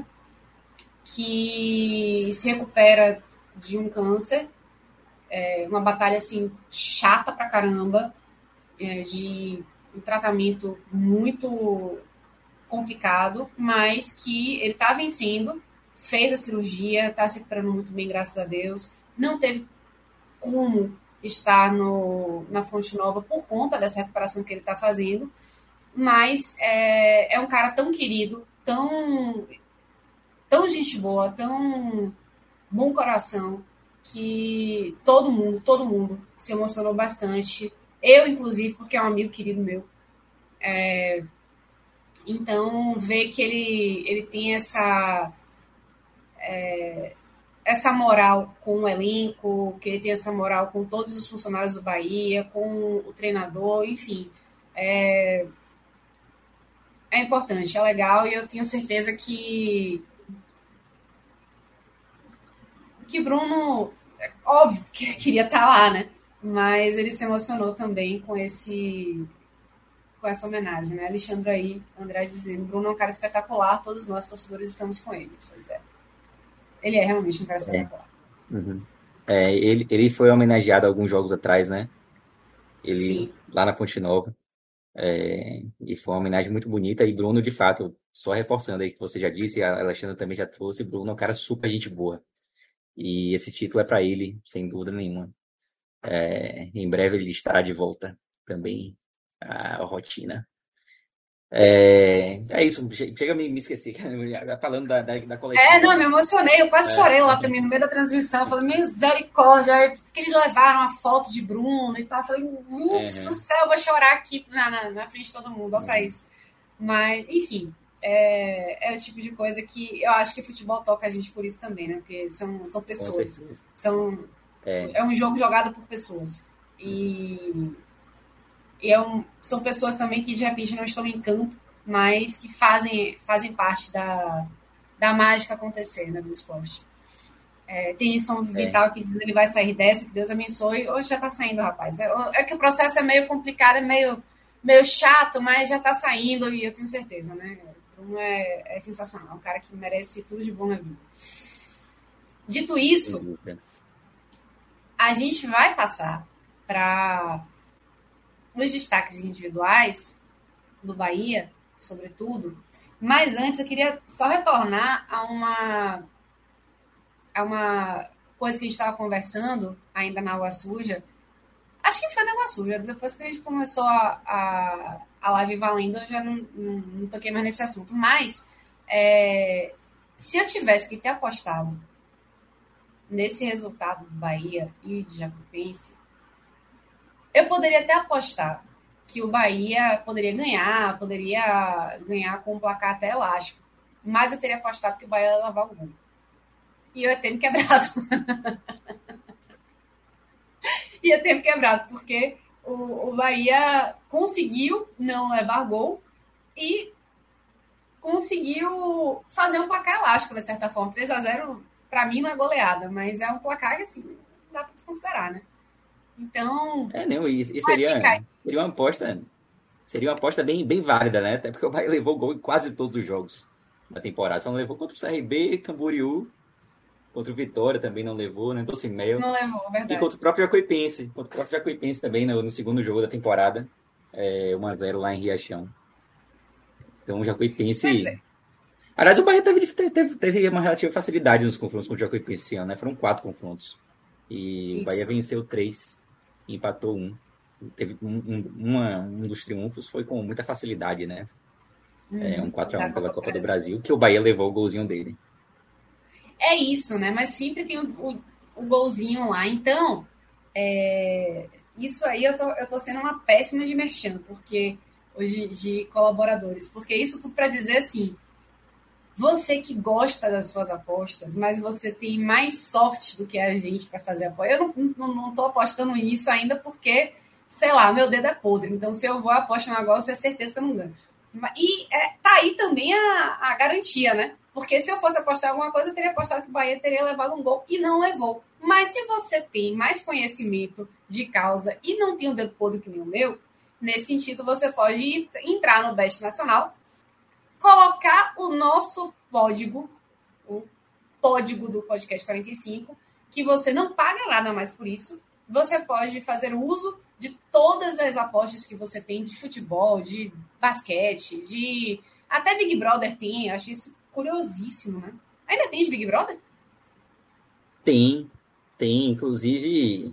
que se recupera de um câncer, é, uma batalha assim chata pra caramba, é, de um tratamento muito complicado, mas que ele tá vencendo, fez a cirurgia, tá se recuperando muito bem, graças a Deus, não teve como estar no, na Fonte Nova por conta dessa recuperação que ele tá fazendo, mas é, é um cara tão querido, tão tão gente boa, tão bom coração, que todo mundo, todo mundo se emocionou bastante. Eu, inclusive, porque é um amigo querido meu. É, então, ver que ele, ele tem essa, é, essa moral com o elenco, que ele tem essa moral com todos os funcionários do Bahia, com o treinador, enfim. É, é importante, é legal, e eu tenho certeza que que Bruno, é óbvio que queria estar lá, né? Mas ele se emocionou também com esse com essa homenagem, né? Alexandre aí, André dizendo, Bruno é um cara espetacular, todos nós torcedores estamos com ele. Pois é. Ele é realmente um cara espetacular. É, uhum. é ele, ele foi homenageado alguns jogos atrás, né? Ele Sim. Lá na Fonte Nova. É, e foi uma homenagem muito bonita. E Bruno, de fato, só reforçando aí que você já disse, a Alexandre também já trouxe, Bruno é um cara super gente boa. E esse título é para ele, sem dúvida nenhuma. É, em breve ele estará de volta também a rotina. É, é isso, chega a me, me esquecer, falando da, da, da coletiva. É, não, me emocionei, eu quase é, chorei lá também no meio da transmissão. Eu falei, misericórdia, porque eles levaram a foto de Bruno e tal. Eu falei, gente uhum. do céu, eu vou chorar aqui na, na, na frente de todo mundo, olha uhum. pra isso. Mas, enfim, é, é o tipo de coisa que eu acho que futebol toca a gente por isso também, né? Porque são, são pessoas, são, é. é um jogo jogado por pessoas. E. Uhum. E é um, são pessoas também que, de repente, não estão em campo, mas que fazem, fazem parte da, da mágica acontecer, né, do esporte. É, tem isso, um Vital é. que diz que ele vai sair dessa, que Deus abençoe. Hoje já está saindo, rapaz. É, é que o processo é meio complicado, é meio, meio chato, mas já está saindo e eu tenho certeza, né? O Bruno é, é sensacional, é um cara que merece tudo de bom na vida. Dito isso, a gente vai passar para... nos destaques individuais do Bahia, sobretudo. Mas antes eu queria só retornar a uma, a uma coisa que a gente estava conversando ainda na Água Suja. Acho que foi na Água Suja. Depois que a gente começou a, a, a live valendo, eu já não, não, não toquei mais nesse assunto. Mas é, se eu tivesse que ter apostado nesse resultado do Bahia e de Jacuipense, eu poderia até apostar que o Bahia poderia ganhar, poderia ganhar com um placar até elástico. Mas eu teria apostado que o Bahia ia levar o gol. E eu ia ter me quebrado. ia ter me quebrado, porque o, o Bahia conseguiu não levar gol e conseguiu fazer um placar elástico, de certa forma. três a zero, para mim, não é goleada, mas é um placar que, assim, não dá para desconsiderar, né? Então... É, não, e, e seria, seria uma aposta seria uma aposta bem, bem válida, né? Até porque o Bahia levou gol em quase todos os jogos da temporada. Só não levou contra o C R B, Camboriú, contra o Vitória também não levou, né? Doce Mel. Não levou, verdade. E contra o próprio Jacuipense. Contra o próprio Jacuipense também, no, no segundo jogo da temporada. É, um a zero lá em Riachão. Então o Jacuipense... É. Aliás, o Bahia teve, teve, teve uma relativa facilidade nos confrontos com o Jacuipense esse ano, né? Foram quatro confrontos. E Isso. o Bahia venceu três. Empatou um. Teve um, um, uma, um dos triunfos foi com muita facilidade, né? Hum, é, um quatro a um pela Copa do Brasil, que o Bahia levou o golzinho dele. É isso, né? Mas sempre tem o, o, o golzinho lá. Então, é, isso aí eu tô, eu tô sendo uma péssima de merchan, porque hoje de colaboradores. Porque isso tudo para dizer assim, você que gosta das suas apostas, mas você tem mais sorte do que a gente para fazer aposta. Eu não, não, não tô apostando nisso ainda porque, sei lá, meu dedo é podre. Então, se eu vou apostar no negócio, é certeza que eu não ganho. E é, tá aí também a, a garantia, né? Porque se eu fosse apostar alguma coisa, eu teria apostado que o Bahia teria levado um gol e não levou. Mas se você tem mais conhecimento de causa e não tem um dedo podre que nem o meu, nesse sentido, você pode ir, entrar no Best Nacional, colocar o nosso código, o código do Podcast quarenta e cinco, que você não paga nada mais por isso. Você pode fazer uso de todas as apostas que você tem de futebol, de basquete, de... Até Big Brother tem, eu acho isso curiosíssimo, né? Ainda tem de Big Brother? Tem, tem. Inclusive,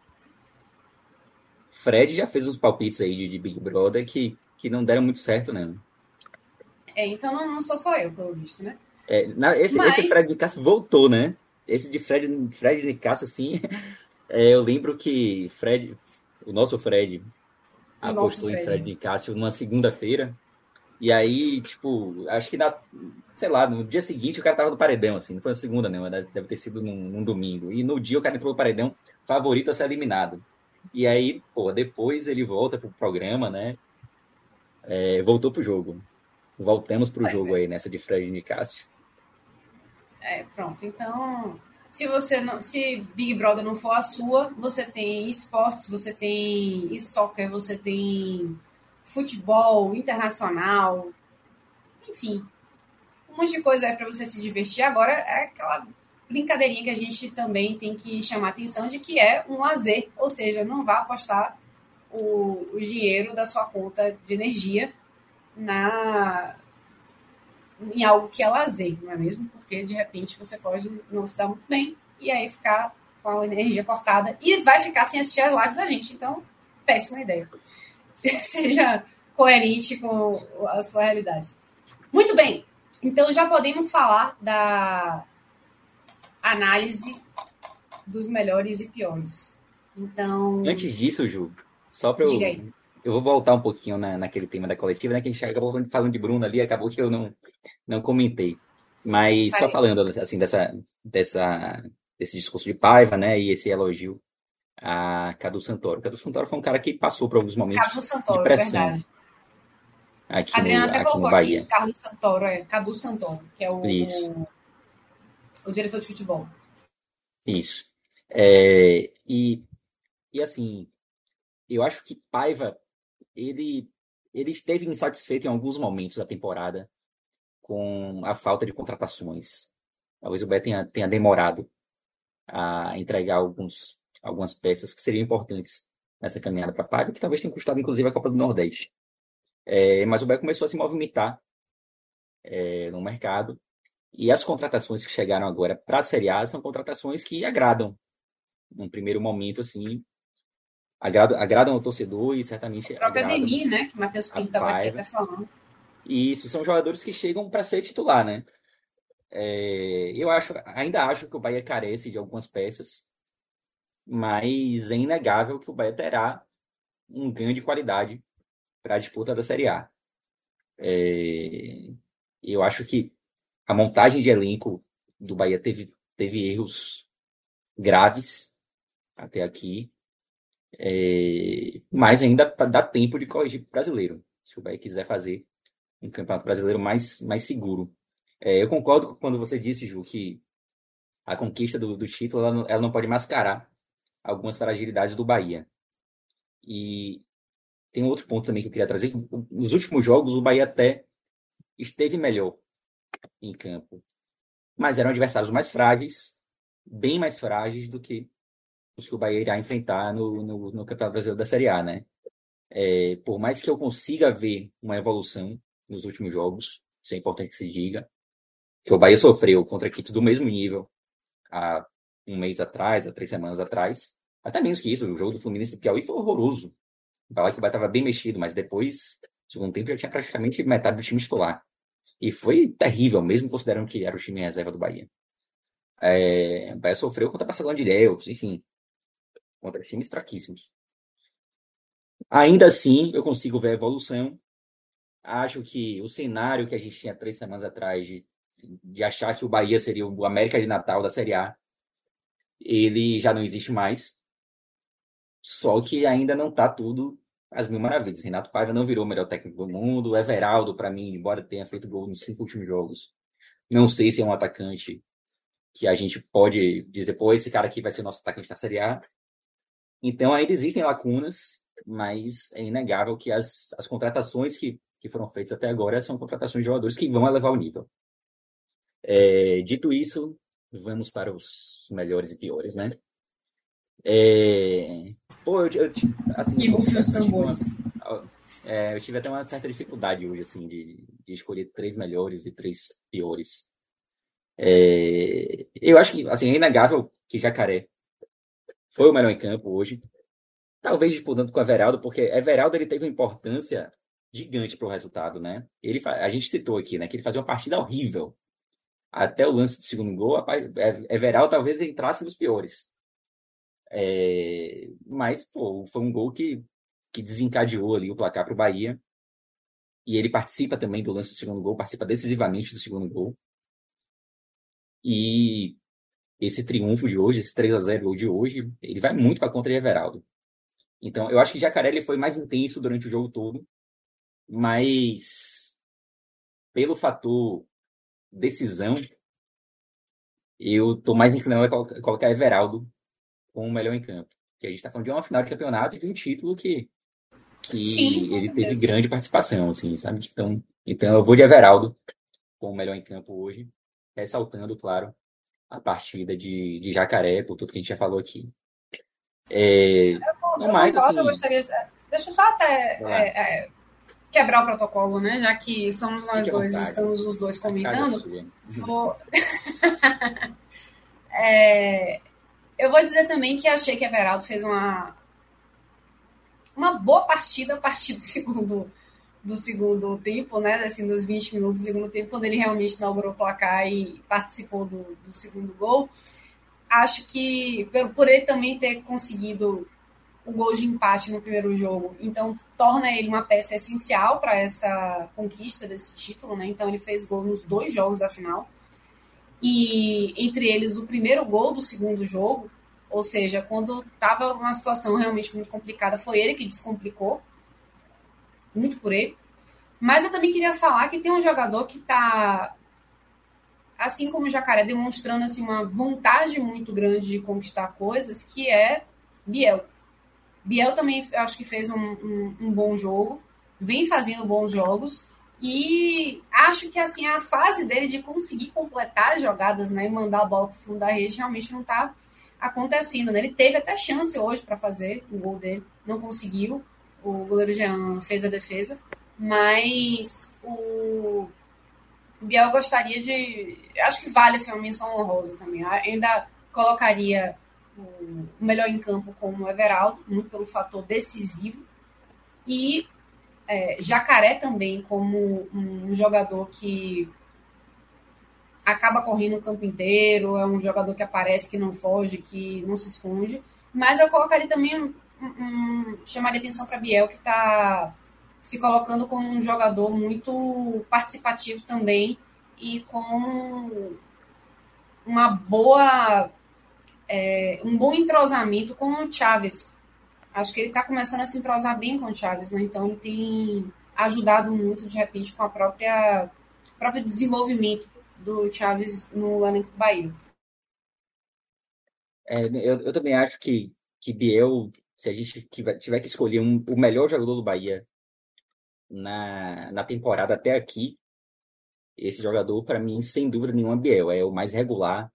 Fred já fez uns palpites aí de, de Big Brother que, que não deram muito certo, né? É, então não, não sou só eu, pelo visto, né? É, na, esse, Mas... esse Fred de Castro voltou, né? Esse de Fred, Fred de Castro, assim, é, eu lembro que Fred, o nosso Fred, o apostou nosso Fred. em Fred de Castro numa segunda-feira, e aí, tipo, acho que na, sei lá, no dia seguinte o cara tava no paredão, assim, não foi na segunda, não, deve ter sido num, num domingo, e no dia o cara entrou no paredão, favorito a ser eliminado. E aí, pô, depois ele volta pro programa, né? É, voltou pro jogo. Voltamos pro pois jogo é. aí, nessa de Fred de Cássio. É, pronto. Então, se você não, se Big Brother não for a sua, você tem esportes, você tem soccer, você tem futebol internacional, enfim, um monte de coisa aí para você se divertir. Agora é aquela brincadeirinha que a gente também tem que chamar a atenção de que é um lazer, ou seja, não vá apostar o, o dinheiro da sua conta de energia na, em algo que é lazer, não é mesmo? Porque, de repente, você pode não se dar muito bem e aí ficar com a energia cortada e vai ficar sem assistir as lives da gente. Então, péssima ideia. seja coerente com a sua realidade. Muito bem, então já podemos falar da análise dos melhores e piores. Então... Antes disso, Ju, só para eu... Eu vou voltar um pouquinho na, naquele tema da coletiva, né? Que a gente acabou falando de Bruno ali, acabou que eu não, não comentei. Mas Vai. Só falando, assim, dessa, dessa, desse discurso de Paiva, né? E esse elogio a Cadu Santoro. Cadu Santoro foi um cara que passou por alguns momentos Cadu Santoro, de pressão. Verdade. Aqui Adriana no, até aqui colocou no Bahia. aqui, Carlos Santoro, é, Cadu Santoro, que é o, o, o diretor de futebol. Isso. É, e, e, assim, eu acho que Paiva, ele, ele esteve insatisfeito em alguns momentos da temporada com a falta de contratações. Talvez o Bahia tenha, tenha demorado a entregar alguns, algumas peças que seriam importantes nessa caminhada para Paiva, que talvez tenha custado, inclusive, a Copa do Nordeste. É, mas o Bahia começou a se movimentar é, no mercado, e as contratações que chegaram agora para a Série A são contratações que agradam. Num primeiro momento, assim, agradam, agradam ao torcedor e certamente o próprio agradam Ademir, né? Que o Matheus Pinto estava aqui até falando. E isso são jogadores que chegam para ser titular, né? É, eu acho, ainda acho que o Bahia carece de algumas peças, mas é inegável que o Bahia terá um ganho de qualidade para a disputa da Série A. É, eu acho que a montagem de elenco do Bahia teve, teve erros graves até aqui, é, mas ainda dá tempo de corrigir para o brasileiro, se o Bahia quiser fazer um campeonato brasileiro mais, mais seguro. É, eu concordo quando você disse, Ju, que a conquista do, do título ela não, ela não pode mascarar algumas fragilidades do Bahia. E tem outro ponto também que eu queria trazer. Nos últimos jogos, o Bahia até esteve melhor em campo, mas eram adversários mais frágeis, bem mais frágeis do que os que o Bahia irá enfrentar no, no, no Campeonato Brasileiro da Série A, né? É, por mais que eu consiga ver uma evolução nos últimos jogos, isso é importante que se diga, que o Bahia sofreu contra equipes do mesmo nível há um mês atrás, há três semanas atrás, até menos que isso, o jogo do Fluminense do Piauí foi horroroso. Falar que o Bahia estava bem mexido, mas depois, no segundo tempo, já tinha praticamente metade do time titular. E foi terrível, mesmo considerando que era o time reserva do Bahia. É, o Bahia sofreu contra a Barcelona de Ilhéus, enfim, contra times fraquíssimos. Ainda assim, eu consigo ver a evolução. Acho que o cenário que a gente tinha três semanas atrás de, de achar que o Bahia seria o América de Natal da Série A, ele já não existe mais. Só que ainda não está tudo às mil maravilhas. Renato Paiva não virou o melhor técnico do mundo. O Everaldo, para mim, embora tenha feito gol nos cinco últimos jogos, não sei se é um atacante que a gente pode dizer, pô, esse cara aqui vai ser nosso atacante da Série A. Então ainda existem lacunas, mas é inegável que as, as contratações que, que foram feitas até agora são contratações de jogadores que vão elevar o nível. É, dito isso, vamos para os melhores e piores, né? É... Pô, eu, eu assim, que rufem os tambores. É, eu tive até uma certa dificuldade hoje, assim, de, de escolher três melhores e três piores. É... Eu acho que, assim, é inegável que Jacaré foi o melhor em campo hoje. Talvez disputando com o Everaldo, porque Everaldo ele teve uma importância gigante para o resultado, né? Ele, a gente citou aqui, né, que ele fazia uma partida horrível. Até o lance do segundo gol, Everaldo talvez entrasse nos piores. É, mas, pô, foi um gol que, que desencadeou ali o placar para o Bahia. E ele participa também do lance do segundo gol, participa decisivamente do segundo gol. E esse triunfo de hoje, esse três a zero de hoje, ele vai muito para contra de Everaldo. Então, eu acho que Jacaré ele foi mais intenso durante o jogo todo, mas pelo fator decisão, eu tô mais inclinado a colocar Everaldo como o melhor em campo. Porque a gente está falando de uma final de campeonato e de um título que, que Sim, ele teve grande participação, assim, sabe? Então, então eu vou de Everaldo como o melhor em campo hoje, ressaltando, claro, a partida de, de Jacaré, por tudo que a gente já falou aqui. É, eu vou, não eu mais, concordo, assim, eu gostaria de... Deixa eu só até é, é, quebrar o protocolo, né? Já que somos nós dois, vontade. Estamos os dois comentando. Vou... é, eu vou dizer também que achei que Everaldo fez uma, uma boa partida a partir do segundo, do segundo tempo, né? Assim, dos vinte minutos do segundo tempo, quando ele realmente inaugurou o placar e participou do, do segundo gol. Acho que, por ele também ter conseguido o gol de empate no primeiro jogo, então torna ele uma peça essencial para essa conquista desse título, né? Então ele fez gol nos dois jogos da final, e entre eles o primeiro gol do segundo jogo, ou seja, quando estava uma situação realmente muito complicada, foi ele que descomplicou, muito por ele. Mas eu também queria falar que tem um jogador que está, assim como o Jacaré, demonstrando assim, uma vontade muito grande de conquistar coisas, que é Biel. Biel também acho que fez um, um, um bom jogo, vem fazendo bons jogos, e acho que assim, a fase dele de conseguir completar as jogadas, né, e mandar a bola para o fundo da rede realmente não está acontecendo. Né? Ele teve até chance hoje para fazer o gol dele, não conseguiu, o goleiro Jean fez a defesa, mas o Biel gostaria de... Acho que vale assim, uma menção honrosa também. Eu ainda colocaria o melhor em campo como o Everaldo, muito pelo fator decisivo, e é, Jacaré também como um jogador que acaba correndo o campo inteiro, é um jogador que aparece, que não foge, que não se esconde, mas eu colocaria também um, um, chamaria atenção para Biel, que está se colocando como um jogador muito participativo também e com uma boa é, um bom entrosamento com o Chaves. Acho que ele está começando a se entrosar bem com o Chaves, né? Então ele tem ajudado muito, de repente, com a própria próprio desenvolvimento do Chaves no elenco do Bahia. É, eu, eu também acho que, que Biel, se a gente tiver, tiver que escolher um, o melhor jogador do Bahia na, na temporada até aqui, esse jogador, para mim, sem dúvida nenhuma, Biel. É o mais regular,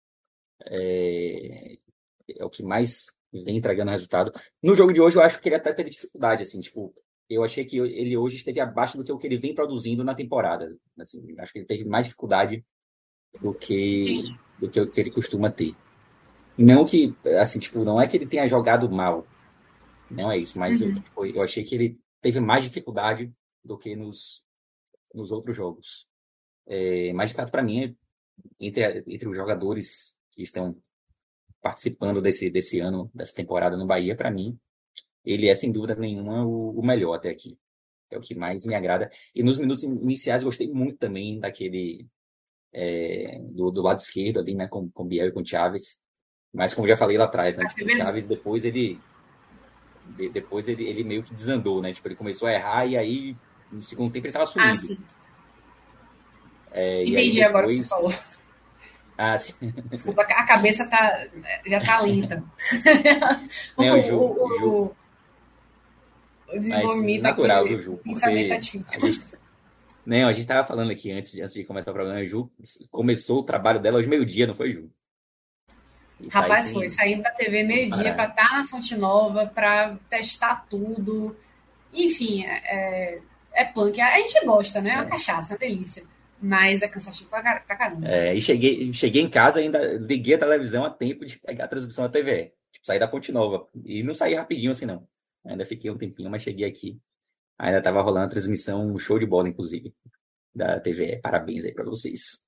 é, é o que mais vem entregando resultado. No jogo de hoje, eu acho que ele até teve dificuldade, assim, tipo, eu achei que ele hoje esteve abaixo do que o que ele vem produzindo na temporada. Assim, acho que ele teve mais dificuldade do que, do que o que ele costuma ter. Não que, assim, tipo, não é que ele tenha jogado mal, não é isso, mas uhum. eu, tipo, eu achei que ele teve mais dificuldade do que nos, nos outros jogos. É, mas, de fato, para mim, entre, entre os jogadores que estão participando desse, desse ano, dessa temporada no Bahia, para mim, ele é, sem dúvida nenhuma, o, o melhor até aqui. É o que mais me agrada. E nos minutos iniciais, gostei muito também daquele... É, do, do lado esquerdo ali, né, com, com Biel e com Chaves. Mas, como eu já falei lá atrás, né, o Chaves, depois ele... De, depois ele, ele meio que desandou, né? Tipo, ele começou a errar e aí, no segundo tempo, ele tava sumindo. Ah, sim. É, Entendi e aí, depois... agora o que você falou. Ah, sim. Desculpa, a cabeça tá, já tá lenta. Não, o, Ju, o, o, o, o desenvolvimento natural aqui, do Ju. O pensamento tá difícil. A gente, não, a gente tava falando aqui antes, antes de começar o programa, a Ju começou o trabalho dela aos meio-dia, não foi, Ju? E Rapaz, tá foi, saindo da T V meio-dia para estar na Fonte Nova, para testar tudo. Enfim, é, é punk. A gente gosta, né? É uma é. cachaça, uma delícia. Mas é cansativo pra, pra caramba. É, e cheguei, cheguei em casa, ainda liguei a televisão a tempo de pegar a transmissão da T V E. Tipo, saí da Fonte Nova. E não saí rapidinho assim, não. Ainda fiquei um tempinho, mas cheguei aqui. Ainda tava rolando a transmissão, um show de bola, inclusive, da T V E. Parabéns aí pra vocês.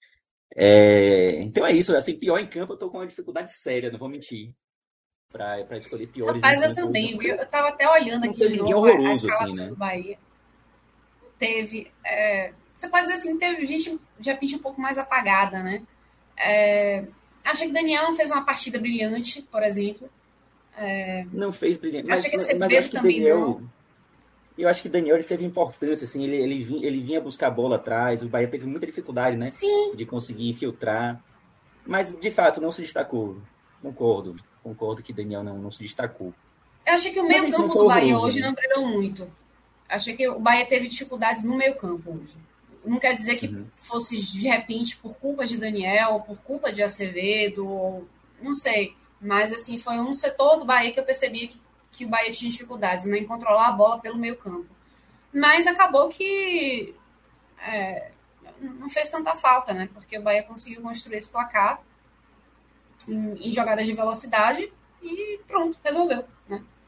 É, então é isso. Assim, pior em campo, eu tô com uma dificuldade séria, não vou mentir. Pra, pra escolher piores Rapaz, em campo. eu também, viu? Eu tava até olhando aqui de novo a escalação assim, né? do Bahia. Teve... É... Você pode dizer assim, teve gente de repente um pouco mais apagada, né? É, achei que Daniel fez uma partida brilhante, por exemplo. É, não fez brilhante. Achei que Acevedo mas também Daniel, não. Eu acho que Daniel ele teve importância, assim, ele, ele, vinha, ele vinha buscar a bola atrás, o Bahia teve muita dificuldade, né? Sim. De conseguir infiltrar. Mas, de fato, não se destacou. Concordo. Concordo que Daniel não, não se destacou. Eu achei que o meio campo do Bahia hoje não brilhou muito. Achei que o Bahia teve dificuldades no meio campo hoje. Não quer dizer que uhum. fosse, de repente, por culpa de Daniel, por culpa de Acevedo, ou, não sei. Mas, assim, foi um setor do Bahia que eu percebia que, que o Bahia tinha dificuldades, né, em controlar a bola pelo meio campo. Mas acabou que é, não fez tanta falta, né? Porque o Bahia conseguiu construir esse placar em, em jogadas de velocidade e pronto, resolveu, né?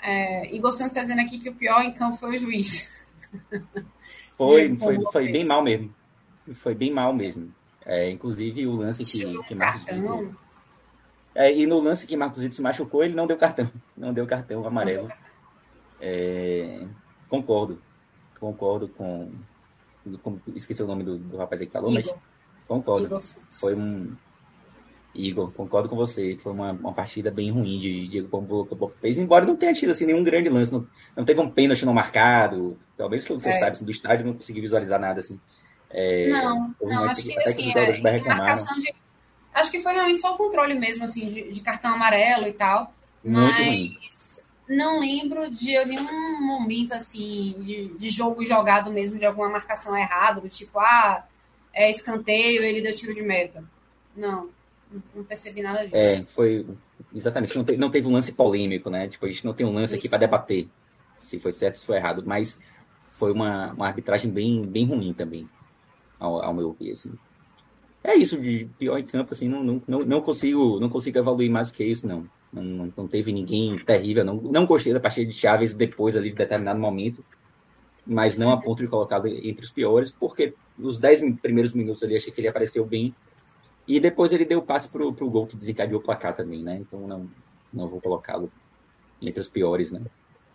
É, Igor Santos está dizendo aqui que o pior em campo foi o juiz. Foi, foi, foi bem mal mesmo. Foi bem mal mesmo. É, inclusive, o lance que, que Marcos Vitor... É, e no lance que Marcos Vitor se machucou, ele não deu cartão. Não deu cartão amarelo. É, concordo. Concordo com, com... Esqueci o nome do, do rapaz aí que falou, Igor. Mas concordo. Igor foi um... Igor, concordo com você. Foi uma, uma partida bem ruim de Diego Pombo fez, embora não tenha tido assim, nenhum grande lance. Não, não teve um pênalti não marcado. Talvez que eu, que eu é. saiba assim, do estádio, não consegui visualizar nada assim. É, não, não acho que assim, que é, marcação de... Acho que foi realmente só o controle mesmo, assim, de, de cartão amarelo e tal. Muito mas ruim. Não lembro de nenhum momento, assim, de, de jogo jogado mesmo, de alguma marcação errada, do tipo, ah, é escanteio, ele deu tiro de meta. Não, não percebi nada disso. É, foi, exatamente, não teve, não teve um lance polêmico, né? Tipo, a gente não tem um lance Isso. aqui para debater se foi certo ou se foi errado, mas foi uma, uma arbitragem bem, bem ruim também, ao, ao meu ver, assim. É isso, de pior em campo, assim, não, não, não, consigo, não consigo evoluir mais do que isso, não. Não, não, não teve ninguém terrível, não. Não gostei da partida de Chaves depois ali de determinado momento, mas não a ponto de colocá-lo entre os piores, porque nos dez primeiros minutos ali achei que ele apareceu bem, e depois ele deu o passe pro, pro gol que desencadeou o placar também, né? Então não, não vou colocá-lo entre os piores, né?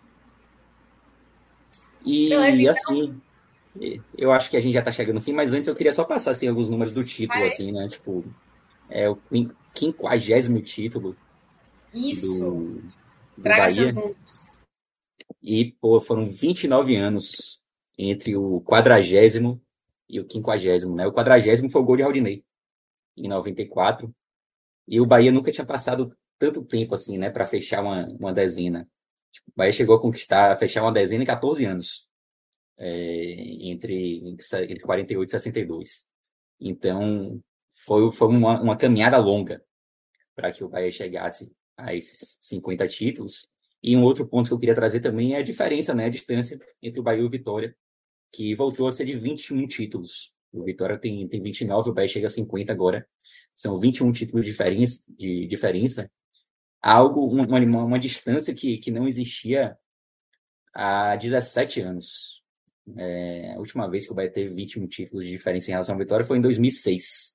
E Beleza, assim... Então... Eu acho que a gente já tá chegando no fim, mas antes eu queria só passar assim, alguns números do título, Vai. assim, né? Tipo, é o quinquagésimo título Isso. do, do Traga Bahia. Seus números. E, pô, foram vinte e nove anos entre o quadragésimo e o quinquagésimo, né? O quadragésimo foi o gol de Raudinei, em noventa e quatro. E o Bahia nunca tinha passado tanto tempo assim, né? Pra fechar uma, uma dezena. Tipo, o Bahia chegou a conquistar, a fechar uma dezena em catorze anos. É, entre, entre quarenta e oito e sessenta e dois. Então, foi, foi uma, uma caminhada longa para que o Bahia chegasse a esses cinquenta títulos. E um outro ponto que eu queria trazer também é a diferença, né, a distância entre o Bahia e o Vitória, que voltou a ser de vinte e um títulos. O Vitória tem, tem vinte e nove, o Bahia chega a cinquenta agora. São vinte e um títulos de diferença, de diferença. Algo, uma, uma, uma distância que, que não existia há dezessete anos. É, a última vez que o Bahia teve vinte e um títulos de diferença em relação à Vitória foi em dois mil e seis.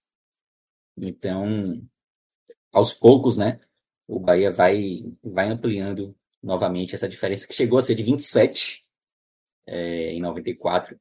Então, aos poucos, né, o Bahia vai, vai ampliando novamente essa diferença, que chegou a ser de vinte e sete é, em noventa e quatro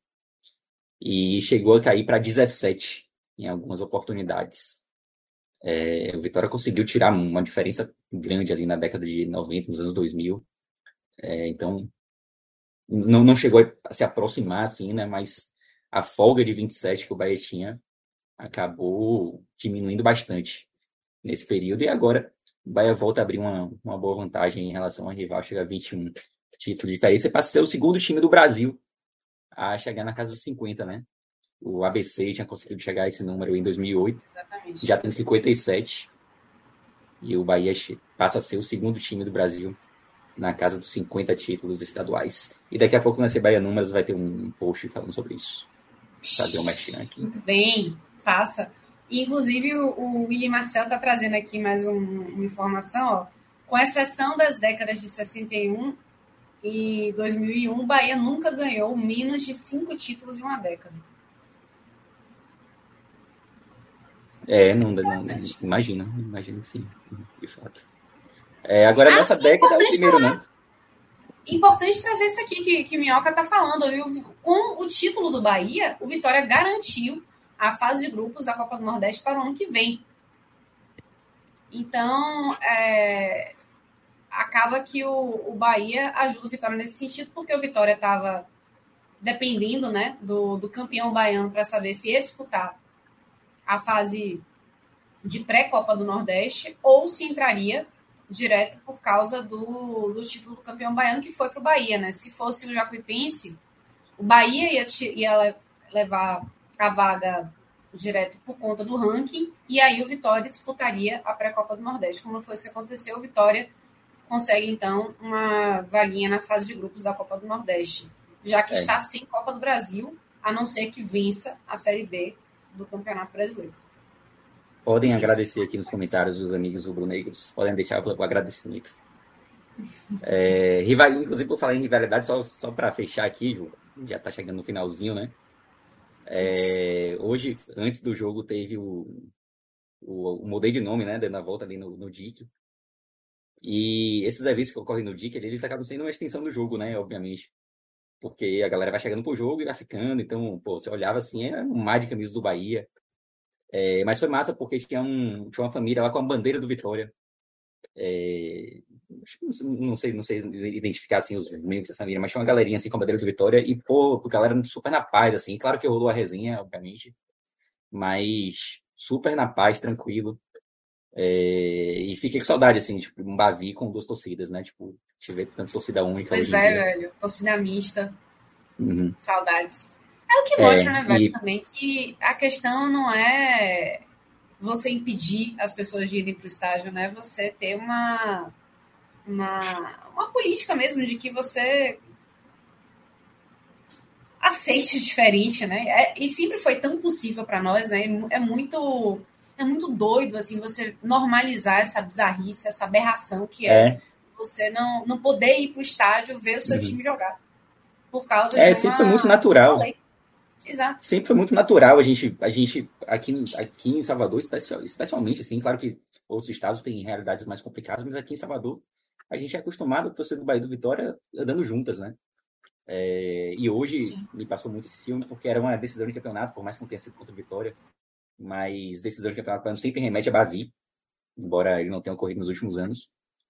e chegou a cair para dezessete em algumas oportunidades. É, o Vitória conseguiu tirar uma diferença grande ali na década de noventa, nos anos dois mil. É, então, Não, não chegou a se aproximar, assim, né? Mas a folga de vinte e sete que o Bahia tinha acabou diminuindo bastante nesse período. E agora o Bahia volta a abrir uma, uma boa vantagem em relação ao rival, chega a vinte e um títulos de diferença. E passa a ser o segundo time do Brasil a chegar na casa dos cinquenta, né? O A B C tinha conseguido chegar a esse número em dois mil e oito. Exatamente. Já tem cinquenta e sete. E o Bahia passa a ser o segundo time do Brasil na casa dos cinquenta títulos estaduais. E daqui a pouco na C Bahia Números vai ter um post falando sobre isso. Fazer um match aqui. Muito bem, faça. E, inclusive, o, o William Marcel está trazendo aqui mais um, uma informação. Ó. Com exceção das décadas de sessenta e um e dois mil e um, o Bahia nunca ganhou menos de cinco títulos em uma década. É, não, não, não imagina, imagina que sim, de fato. É, agora, ah, nessa sim, década é o primeiro, falar. né? Importante trazer isso aqui que, que o Minhoca está falando. Viu? Com o título do Bahia, o Vitória garantiu a fase de grupos da Copa do Nordeste para o ano que vem. Então, é, acaba que o, o Bahia ajuda o Vitória nesse sentido, porque o Vitória estava dependendo, né, do, do campeão baiano para saber se ia disputar a fase de pré-Copa do Nordeste ou se entraria direto por causa do, do título do campeão baiano, que foi para o Bahia, né? Se fosse o Jacuipense, o Bahia ia, ia levar a vaga direto por conta do ranking, e aí o Vitória disputaria a pré-Copa do Nordeste. Como foi isso que aconteceu, o Vitória consegue, então, uma vaguinha na fase de grupos da Copa do Nordeste, já que é. está sem Copa do Brasil, a não ser que vença a Série B do Campeonato Brasileiro. Podem Difícil. agradecer aqui nos comentários os amigos rubro-negros. Podem deixar o agradecimento. É, rival, inclusive, por falar em rivalidade, só, só para fechar aqui, Ju, já tá chegando no finalzinho, né? É, hoje, antes do jogo, teve o, o, o mudei de nome, né? Dando a volta ali no, no D I C. E esses eventos que ocorrem no D I C, eles acabam sendo uma extensão do jogo, né? Obviamente. Porque a galera vai chegando pro jogo e vai ficando. Então, pô, você olhava assim, era um mar de camisa do Bahia. É, mas foi massa porque tinha, um, tinha uma família lá com a bandeira do Vitória. É, não sei, não sei identificar assim os membros da família, mas tinha uma galerinha assim com a bandeira do Vitória e, pô, a galera super na paz, assim. Claro que rolou a resenha, obviamente, mas super na paz, tranquilo. É, e fiquei com saudade, assim, tipo, um Bavi com duas torcidas, né? Tipo, tive tanta torcida única. Pois hoje em é, dia. velho. Torcida mista. Uhum. Saudades. É o que mostra, É, né, velho, e- também, que a questão não é você impedir as pessoas de irem para o estádio, né? Você ter uma, uma, uma política mesmo de que você aceite diferente, né? É- e sempre foi tão possível para nós, né? É muito, é muito doido, assim, você normalizar essa bizarrice, essa aberração que é, É, você não, não poder ir para o estádio ver o seu Uhum. time jogar por causa é, de sempre uma, foi muito de uma natural. lei. Exato. Sempre foi muito natural a gente, a gente aqui, aqui em Salvador, especial- especialmente, assim, claro que outros estados têm realidades mais complicadas, mas aqui em Salvador a gente é acostumado a torcer do Bahia e do Vitória andando juntas, né? É, e hoje Sim. me passou muito esse filme porque era uma decisão de campeonato, por mais que não tenha sido contra o Vitória, mas decisão de campeonato sempre remete a Bavi, embora ele não tenha ocorrido nos últimos anos.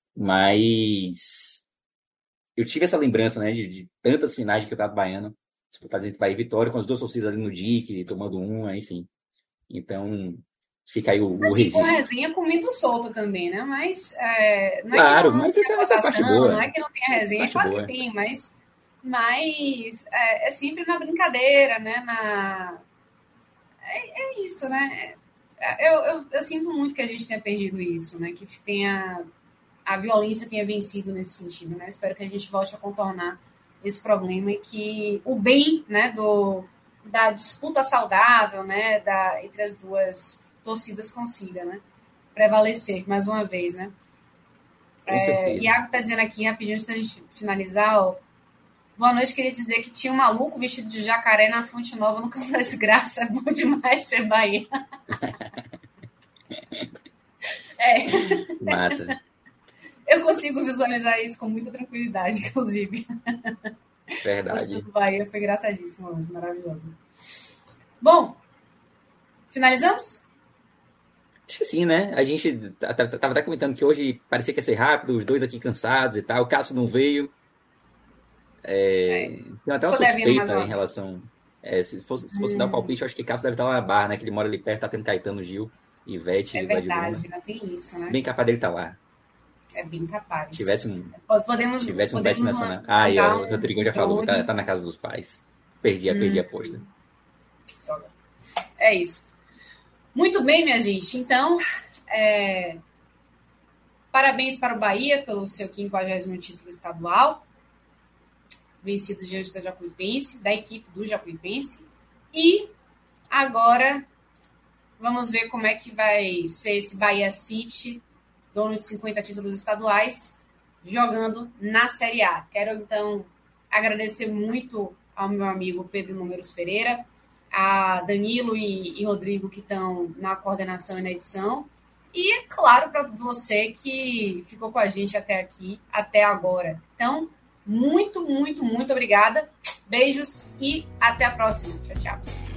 Mas eu tive essa lembrança, né, de, de tantas finais de campeonato baiano, disputadas entre Bahia e Vitória, com as duas torcidas ali no D I C, tomando uma, enfim. Então, fica aí o, o Assim, com registro. resenha comendo solta também, né? Mas é, não é Claro, que não, não mas tenha essa, essa é a parte votação, boa. não é que não tenha resenha, Parte claro boa. que tem, mas, mas é, é sempre na brincadeira, né? Na, é, é isso, né? É, Eu, eu, eu sinto muito que a gente tenha perdido isso, né? Que tenha, a violência tenha vencido nesse sentido, né? Espero que a gente volte a contornar esse problema e que o bem, né, do, da disputa saudável, né, da, entre as duas torcidas consiga, né, prevalecer mais uma vez, né. Com É, certeza. Iago tá dizendo aqui, rapidinho, antes da gente finalizar, ó, boa noite, queria dizer que tinha um maluco vestido de jacaré na Fonte Nova no Canto das Graças, é bom demais ser Bahia. É, Massa. eu consigo visualizar isso com muita tranquilidade, inclusive. A Verdade. do Bahia foi engraçadíssimo hoje, maravilhoso. Bom, finalizamos? Acho que sim, né? A gente t- t- tava até comentando que hoje parecia que ia ser rápido, os dois aqui cansados e tal. O Cássio não veio. É, tem até uma Ficou devendo mais suspeita uma em relação. É, se fosse, se fosse dar o palpite, eu acho que Cássio deve estar lá na Barra, né? Que ele mora ali perto, tá tendo Caetano, Gil, Ivete É e Vladimir. verdade, né? Tem isso, né? Bem capaz dele estar lá. É bem capaz. Se tivesse um, Podemos, se tivesse um bet podemos nacional. Ah, e ó, mandar o Rodrigão já falou, um tá, tá na casa dos pais. Perdi, a perdi a aposta. É isso. Muito bem, minha gente. Então, é, parabéns para o Bahia pelo seu quinquagésimo título estadual, vencido diante da Jacuipense, da equipe do Jacuipense. E agora vamos ver como é que vai ser esse Bahia City, dono de cinquenta títulos estaduais, jogando na Série A. Quero, então, agradecer muito ao meu amigo Pedro Números Pereira, a Danilo e, e Rodrigo, que estão na coordenação e na edição, e, claro, para você que ficou com a gente até aqui, até agora. Então, muito, muito, muito obrigada. Beijos e até a próxima. Tchau, tchau.